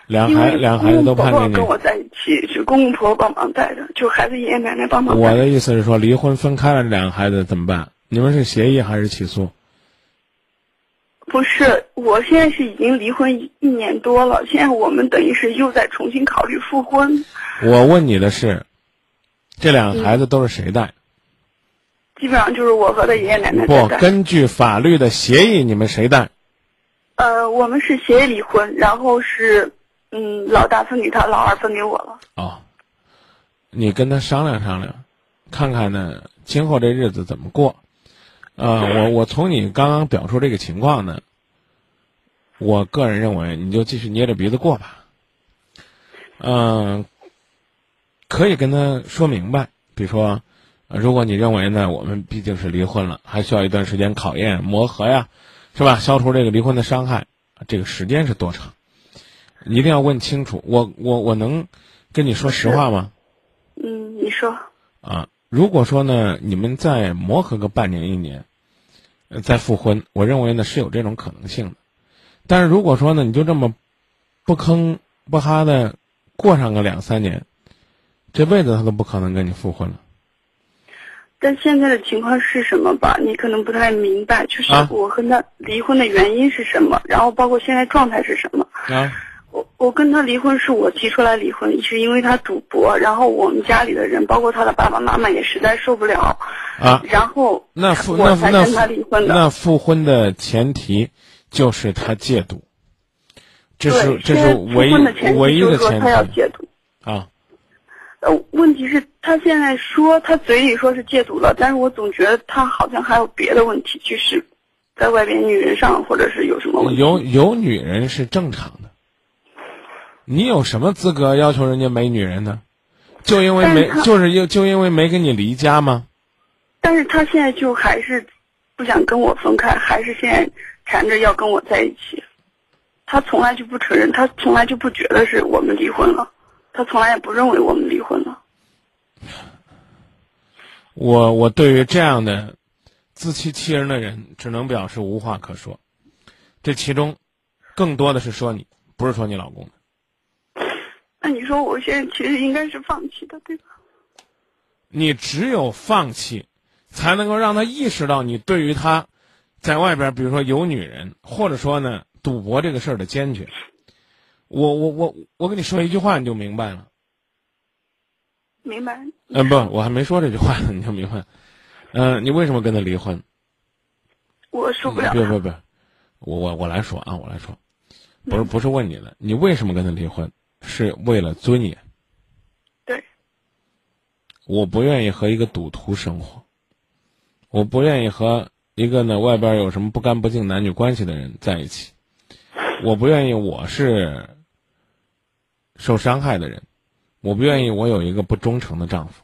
两孩两孩子都判给你。 公公婆婆跟我在一起，是公公婆婆帮忙带的，就孩子爷爷奶奶帮忙带。 我的意思是说，离婚分开了，两个孩子怎么办？你们是协议还是起诉？ 不是，我现在是已经离婚一一年多了，现在我们等于是又在重新考虑复婚。 我问你的是，这两个孩子都是谁带？ 基本上就是我和他爷爷奶奶在不， 带。 根据法律的协议，你们谁带？ 呃，我们是协议离婚，然后是，嗯，老大分给他，老二分给我了。 哦，你跟他商量商量，看看呢，今后这日子怎么过。呃，我我从你刚刚表述这个情况呢，我个人认为你就继续捏着鼻子过吧。嗯、呃，可以跟他说明白，比如说，呃如果你认为呢，我们毕竟是离婚了，还需要一段时间考验磨合呀，是吧？消除这个离婚的伤害，这个时间是多长？一定要问清楚。我我我能跟你说实话吗？ 嗯，你说。 啊，如果说呢，你们再磨合个半年一年，呃再复婚，我认为呢是有这种可能性的。但是如果说呢，你就这么不吭不哈的过上个两三年，这辈子他都不可能跟你复婚了。 但现在的情况是什么吧？你可能不太明白，就是啊我和他离婚的原因是什么，然后包括现在状态是什么。 啊， 我我跟他离婚是我提出来离婚，是因为他赌博，然后我们家里的人，包括他的爸爸妈妈也实在受不了， 啊， 然后那复我那那才跟他离婚的。 那复婚的前提就是他戒赌，这是对， 这是现在唯复婚的前唯一提就是说的前他要提戒赌。 啊。 呃，问题是，他现在说他嘴里说是戒赌了，但是我总觉得他好像还有别的问题，就是在外边女人上，或者是有什么问题。 有有女人是正常的，你有什么资格要求人家没女人呢？就因为没但是他就是因就因为没跟你离家吗？ 但是他现在就还是不想跟我分开，还是现在缠着要跟我在一起。他从来就不承认，他从来就不觉得是我们离婚了，他从来也不认为我们离婚了。 我我对于这样的自欺欺人的人，只能表示无话可说。这其中，更多的是说你，不是说你老公的。 那你说我现在其实应该是放弃的，对吧？ 你只有放弃，才能够让他意识到你对于他在外边，比如说有女人，或者说呢赌博这个事儿的坚决。我我我我跟你说一句话，你就明白了。 明白。 嗯，不，我还没说这句话呢，你就明白。嗯、呃，你为什么跟他离婚？ 我受不了。 别别别，我我我来说啊，我来说，不是不是问你的，你为什么跟他离婚？是为了尊严。 对。 我不愿意和一个赌徒生活，我不愿意和一个呢外边有什么不干不净男女关系的人在一起，我不愿意我是受伤害的人，我不愿意我有一个不忠诚的丈夫。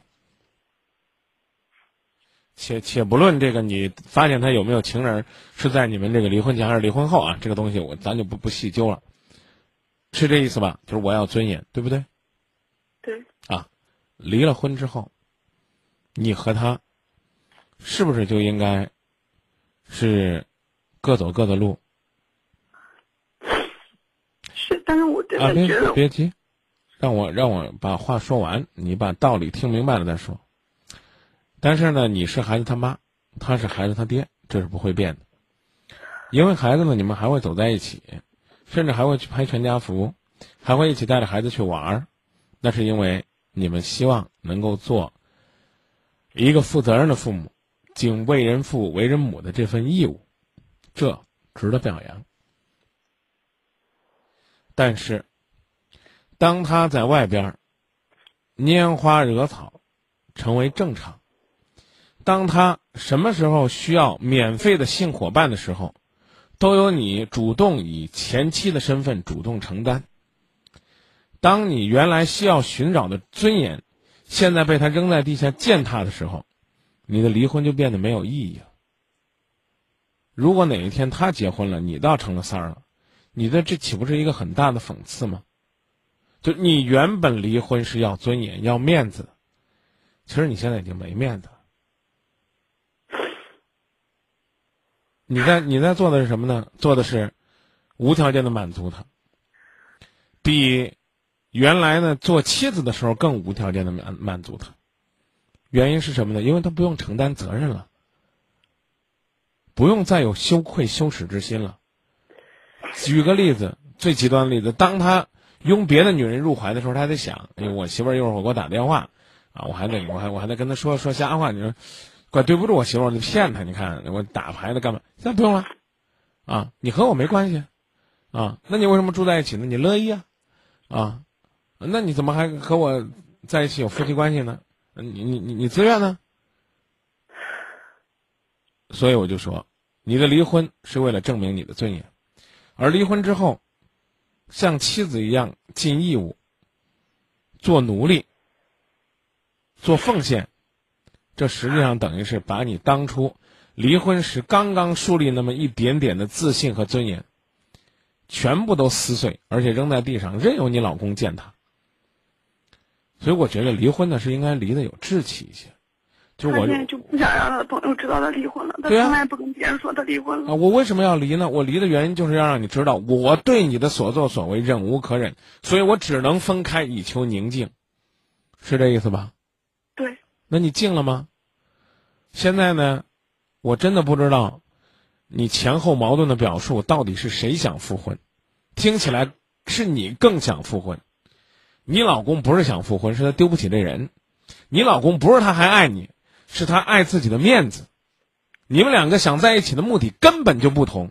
且且不论这个你发现他有没有情人是在你们这个离婚前还是离婚后啊，这个东西我咱就不不细究了，是这意思吧？就是我要尊严，对不对？ 对。 啊，离了婚之后，你和他是不是就应该是各走各的路？ 是，但是我真啊，别的觉得， 别急，让我让我把话说完，你把道理听明白了再说。但是呢，你是孩子他妈，他是孩子他爹，这是不会变的。因为孩子呢，你们还会走在一起，甚至还会去拍全家福，还会一起带着孩子去玩儿。那是因为你们希望能够做一个负责任的父母，尽为人父为人母的这份义务，这值得表扬。但是，当他在外边拈花惹草，成为正常。当他什么时候需要免费的性伙伴的时候，都由你主动以前妻的身份主动承担。当你原来需要寻找的尊严，现在被他扔在地下践踏的时候，你的离婚就变得没有意义了。如果哪一天他结婚了，你倒成了三儿了，你的这岂不是一个很大的讽刺吗？就你原本离婚是要尊严要面子的，其实你现在已经没面子了。你在你在做的是什么呢？做的是无条件的满足他。 比原来呢做妻子的时候更无条件的满满足他。原因是什么呢？因为他不用承担责任了，不用再有羞愧羞耻之心了。举个例子，最极端的例子，当他拥别的女人入怀的时候，他还得想，哎，我媳妇儿一会儿会给我打电话啊，我还得我还我还得跟他说说瞎话，你说怪对不住我媳妇儿，你骗他，你看我打牌的干嘛？现在不用了啊，你和我没关系啊，那你为什么住在一起呢？你乐意啊啊，那你怎么还和我在一起有夫妻关系呢？你你你你自愿呢？所以我就说，你的离婚是为了证明你的尊严，而离婚之后，像妻子一样尽义务、做奴隶、做奉献，这实际上等于是把你当初离婚时刚刚树立那么一点点的自信和尊严，全部都撕碎，而且扔在地上，任由你老公践踏。所以我觉得离婚呢是应该离得有志气一些。就我他现在就不想让他的朋友知道他离婚了，他对啊从来不跟别人说他离婚了。 啊，我为什么要离呢？我离的原因就是要让你知道，我对你的所作所为忍无可忍，所以我只能分开以求宁静，是这意思吧？ 对。 那你静了吗？现在呢，我真的不知道，你前后矛盾的表述到底是谁想复婚？听起来是你更想复婚。你老公不是想复婚，是他丢不起这人。你老公不是他还爱你，是他爱自己的面子。你们两个想在一起的目的根本就不同，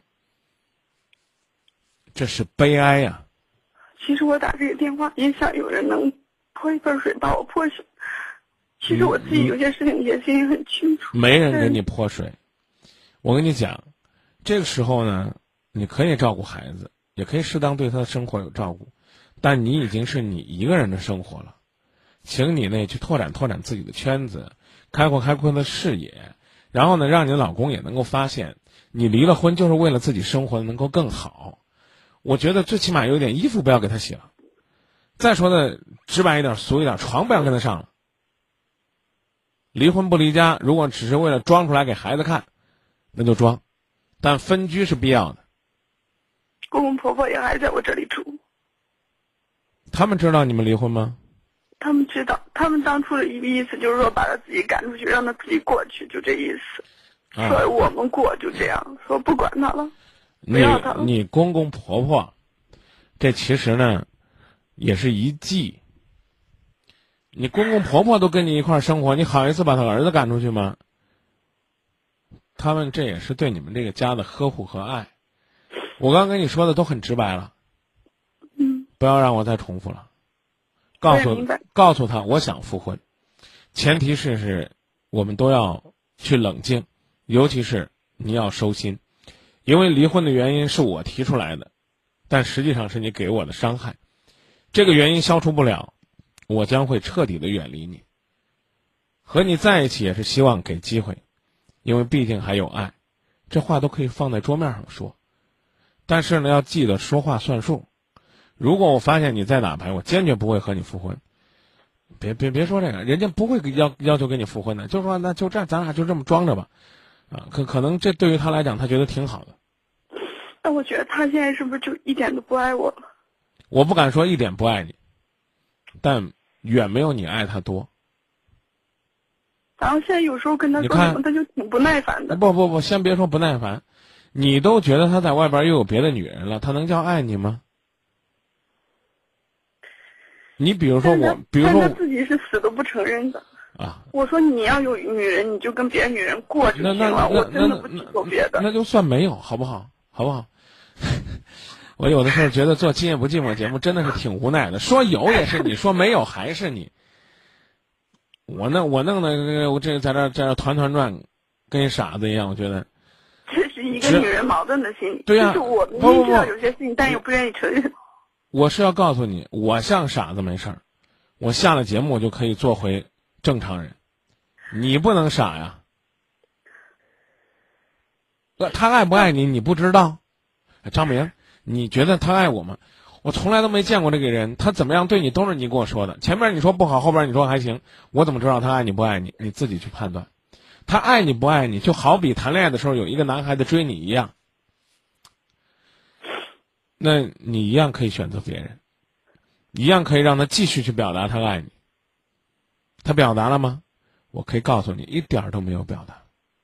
这是悲哀呀、啊。 其实我打这个电话也想有人能泼一盆水把我泼醒。其实我自己有些事情也心里很清楚。 没人给你泼水。我跟你讲，这个时候呢，你可以照顾孩子，也可以适当对他的生活有照顾，但你已经是你一个人的生活了。请你呢去拓展拓展自己的圈子，开阔开阔的视野，然后呢，让你的老公也能够发现，你离了婚就是为了自己生活能够更好。我觉得最起码有一点衣服不要给他洗了，再说的直白一点俗一点，床不要跟他上了。离婚不离家，如果只是为了装出来给孩子看，那就装，但分居是必要的。 公公婆婆也还在我这里住。 他们知道你们离婚吗？ 他们知道，他们当初的一个意思就是说把他自己赶出去，让他自己过去，就这意思。 啊、 说我们过就这样，说不管他了，不要他了。 你你公公婆婆，这其实呢，也是一计。你公公婆婆都跟你一块儿生活，你好意思把他儿子赶出去吗？他们这也是对你们这个家的呵护和爱。我刚跟你说的都很直白了， 嗯， 不要让我再重复了。告诉告诉他，我想复婚，前提是是我们都要去冷静，尤其是你要收心，因为离婚的原因是我提出来的，但实际上是你给我的伤害，这个原因消除不了，我将会彻底的远离你。和你在一起也是希望给机会，因为毕竟还有爱，这话都可以放在桌面上说，但是呢，要记得说话算数。如果我发现你在打牌，我坚决不会和你复婚。别别别说这个，人家不会要要求跟你复婚的，就说那就这咱俩就这么装着吧，啊，可可能这对于他来讲，他觉得挺好的。 那我觉得他现在是不是就一点都不爱我了？ 我不敢说一点不爱你，但远没有你爱他多。 然后现在有时候跟他说什么，他就挺不耐烦的。 不不不，先别说不耐烦，你都觉得他在外边又有别的女人了，他能叫爱你吗？你比如说我，比如说他自己是死都不承认的啊。我说你要有女人，你就跟别的女人过就行了，我真的不去做别的。 那就算没有，好不好？好不好？我有的时候觉得做今夜不寂寞节目真的是挺无奈的，说有也是你，说没有还是你。我那我弄的我这在这在这团团转，跟傻子一样，我觉得。 这是一个女人矛盾的心理。 对呀、啊， 就是我明明知道有些事情，但又不愿意承认。 我是要告诉你，我像傻子没事儿，我下了节目我就可以做回正常人，你不能傻呀。他爱不爱你你不知道？张明，你觉得他爱我吗？我从来都没见过这个人，他怎么样对你都是你跟我说的，前面你说不好，后边你说还行，我怎么知道他爱你不爱你？你自己去判断。他爱你不爱你，就好比谈恋爱的时候有一个男孩子追你一样，那你一样可以选择别人。 一样可以让他继续去表达他爱你。他表达了吗？我可以告诉你，一点儿都没有表达。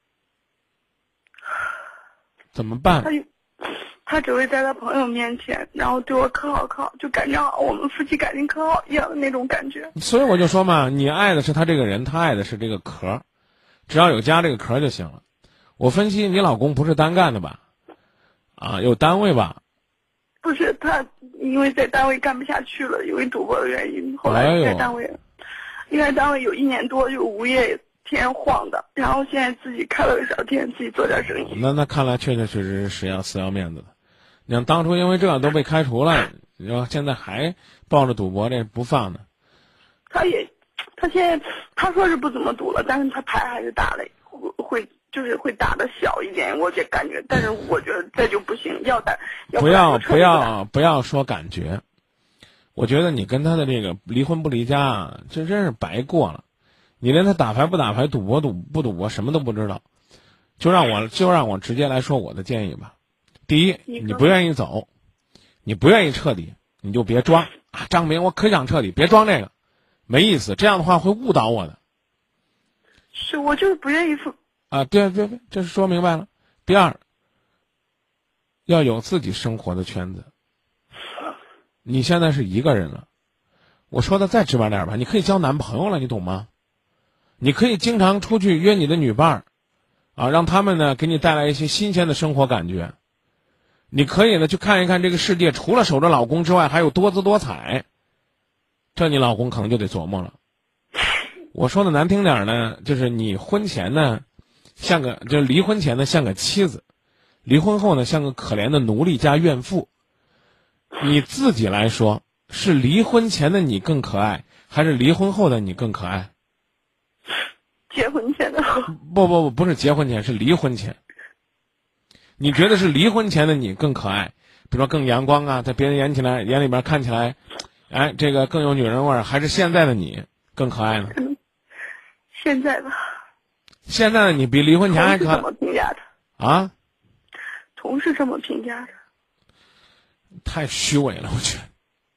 怎么办？ 他他只会在他朋友面前，然后对我可好可好，就感觉我们夫妻感情可好一样的那种感觉。 所以我就说嘛，你爱的是他这个人，他爱的是这个壳，只要有加这个壳就行了。我分析你老公不是单干的吧？啊，有单位吧？ 不是他，因为在单位干不下去了，因为赌博的原因，后来在单位，应该单位有一年多就无业天晃的，然后现在自己开了个小店，自己做点生意。 那那看来确确实实是要死要面子的。你看当初因为这都被开除了，你说现在还抱着赌博这不放呢？ 他也，他现在他说是不怎么赌了，但是他牌还是打了，会会就是会打的小一点，我就感觉，但是我觉得这就不行，要打要不要不要不要说感觉，我觉得你跟他的这个离婚不离家啊，这真是白过了。你连他打牌不打牌、赌博赌不赌博什么都不知道，就让我就让我直接来说我的建议吧。第一，你不愿意走，你不愿意彻底，你就别装啊！张明，我可想彻底，别装这个，没意思。这样的话会误导我的。 是我就是不愿意付啊！对对对，这是说明白了。第二，要有自己生活的圈子。你现在是一个人了，我说的再直白点吧，你可以交男朋友了，你懂吗？你可以经常出去约你的女伴儿，啊，让他们呢给你带来一些新鲜的生活感觉。你可以呢去看一看这个世界，除了守着老公之外，还有多姿多彩。这你老公可能就得琢磨了。我说的难听点呢，就是你婚前呢，像个就是离婚前呢像个妻子，离婚后呢像个可怜的奴隶加怨妇。你自己来说，是离婚前的你更可爱，还是离婚后的你更可爱？ 结婚前的不不不，不是结婚前，是离婚前。你觉得是离婚前的你更可爱，比如说更阳光啊，在别人眼起来眼里边看起来，哎，这个更有女人味儿，还是现在的你更可爱呢？ 现在吧。 现在的你比离婚前还可爱。 同事这么评价的啊？ 同事这么评价的。 太虚伪了，我觉得。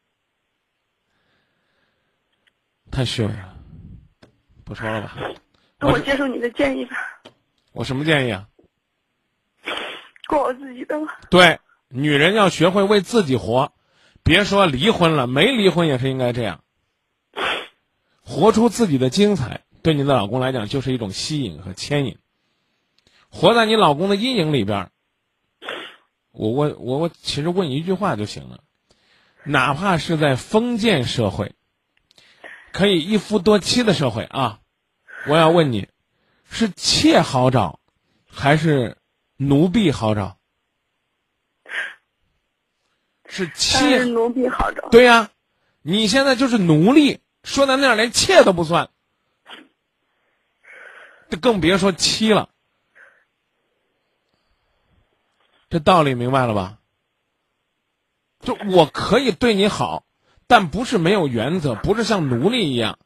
太虚伪了，不说了吧。 那我接受你的建议吧。 我什么建议啊？ 过我自己的了。 对，女人要学会为自己活，别说离婚了，没离婚也是应该这样。活出自己的精彩，对你的老公来讲就是一种吸引和牵引。活在你老公的阴影里边，我我我我其实问一句话就行了，哪怕是在封建社会，可以一夫多妻的社会啊，我要问你，是妾好找，还是奴婢好找？是妾， 是奴婢好找。 对呀、啊，你现在就是奴隶，说难听点，连妾都不算，这更别说妻了。这道理明白了吧？就我可以对你好，但不是没有原则，不是像奴隶一样，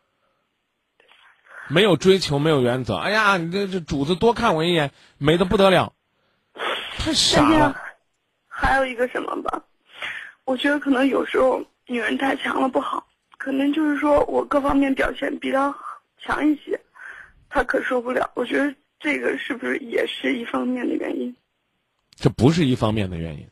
没有追求，没有原则。哎呀，你这这主子多看我一眼，美得不得了，太傻了。 还有一个什么吧，我觉得可能有时候女人太强了不好，可能就是说我各方面表现比她强一些，她可受不了。我觉得这个是不是也是一方面的原因？ 这不是一方面的原因。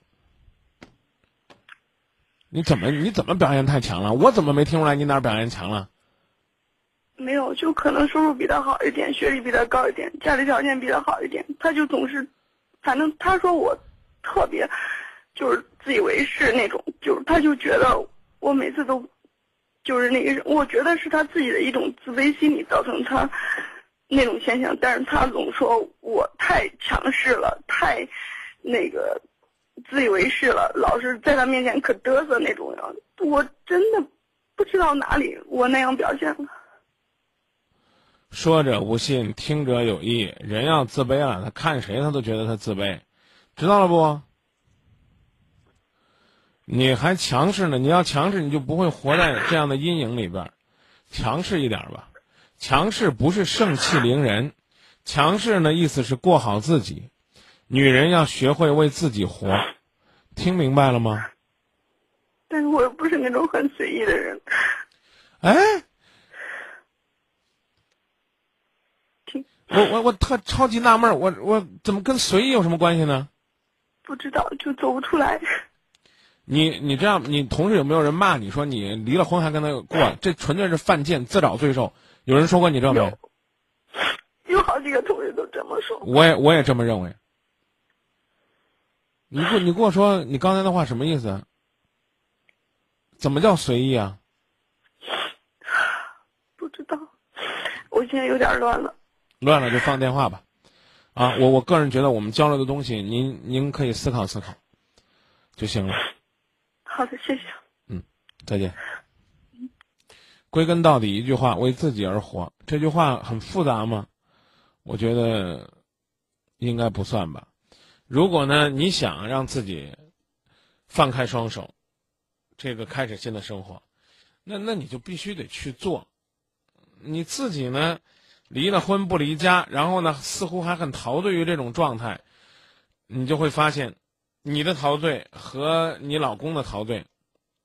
你怎么你怎么表现太强了？我怎么没听出来你哪儿表现强了？ 没有，就可能收入比他好一点，学历比他高一点，家里条件比他好一点，他就总是，反正他说我特别就是自以为是那种，就是他就觉得我每次都就是那个，我觉得是他自己的一种自卑心理造成他那种现象，但是他总说我太强势了，太那个自以为是了，老是在他面前可嘚瑟那种样，我真的不知道哪里我那样表现了。 说者无心，听者有意，人要自卑了，他看谁他都觉得他自卑，知道了不？你还强势呢，你要强势你就不会活在这样的阴影里边，强势一点吧。强势不是盛气凌人，强势呢意思是过好自己。女人要学会为自己活，听明白了吗？ 但是我又不是那种很随意的人。 哎， 挺我我我特超级纳闷儿，我我怎么跟随意有什么关系呢？ 不知道，就走不出来。 你你这样，你同事有没有人骂你说你离了婚还跟他过？这纯粹是犯贱，自找罪受。有人说过你这没？ 有，有好几个同事都这么说。 我也我也这么认为。你给你跟我说，你刚才的话什么意思？怎么叫随意啊？ 不知道，我现在有点乱了。 乱了就放电话吧。啊，我我个人觉得我们交流的东西，您您可以思考思考就行了。 好的，谢谢。 嗯，再见。归根到底一句话，为自己而活，这句话很复杂吗？我觉得应该不算吧。如果呢，你想让自己放开双手，这个开始新的生活，那那你就必须得去做。你自己呢，离了婚不离家，然后呢，似乎还很陶醉于这种状态，你就会发现，你的陶醉和你老公的陶醉，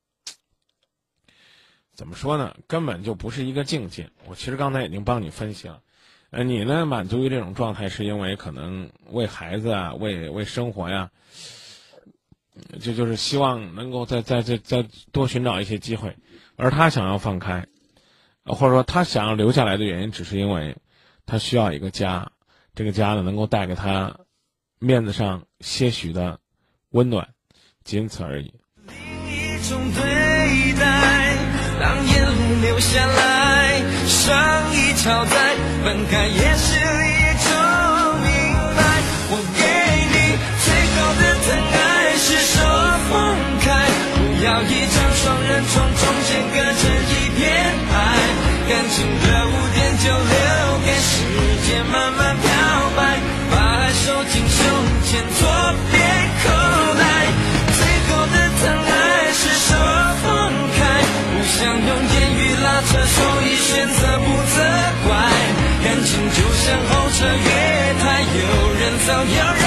怎么说呢？根本就不是一个境界。我其实刚才已经帮你分析了，呃，你呢满足于这种状态，是因为可能为孩子啊，为为生活呀，就就是希望能够再再再再多寻找一些机会，而他想要放开。或者说他想要留下来的原因，只是因为他需要一个家，这个家呢能够带给他面子上些许的温暖，仅此而已。 另一种对待，让眼泪流下来，上一超载，分开也是一种明白。我给你最高的疼爱，是手放开，不要一张双人床，中间隔着一片海。感情的污点就留给时间慢慢漂白，把爱收进胸前左边口袋。最后的疼爱是手放开，不想用言语拉扯，所以选择不责怪。感情就像候车月台，有人走有人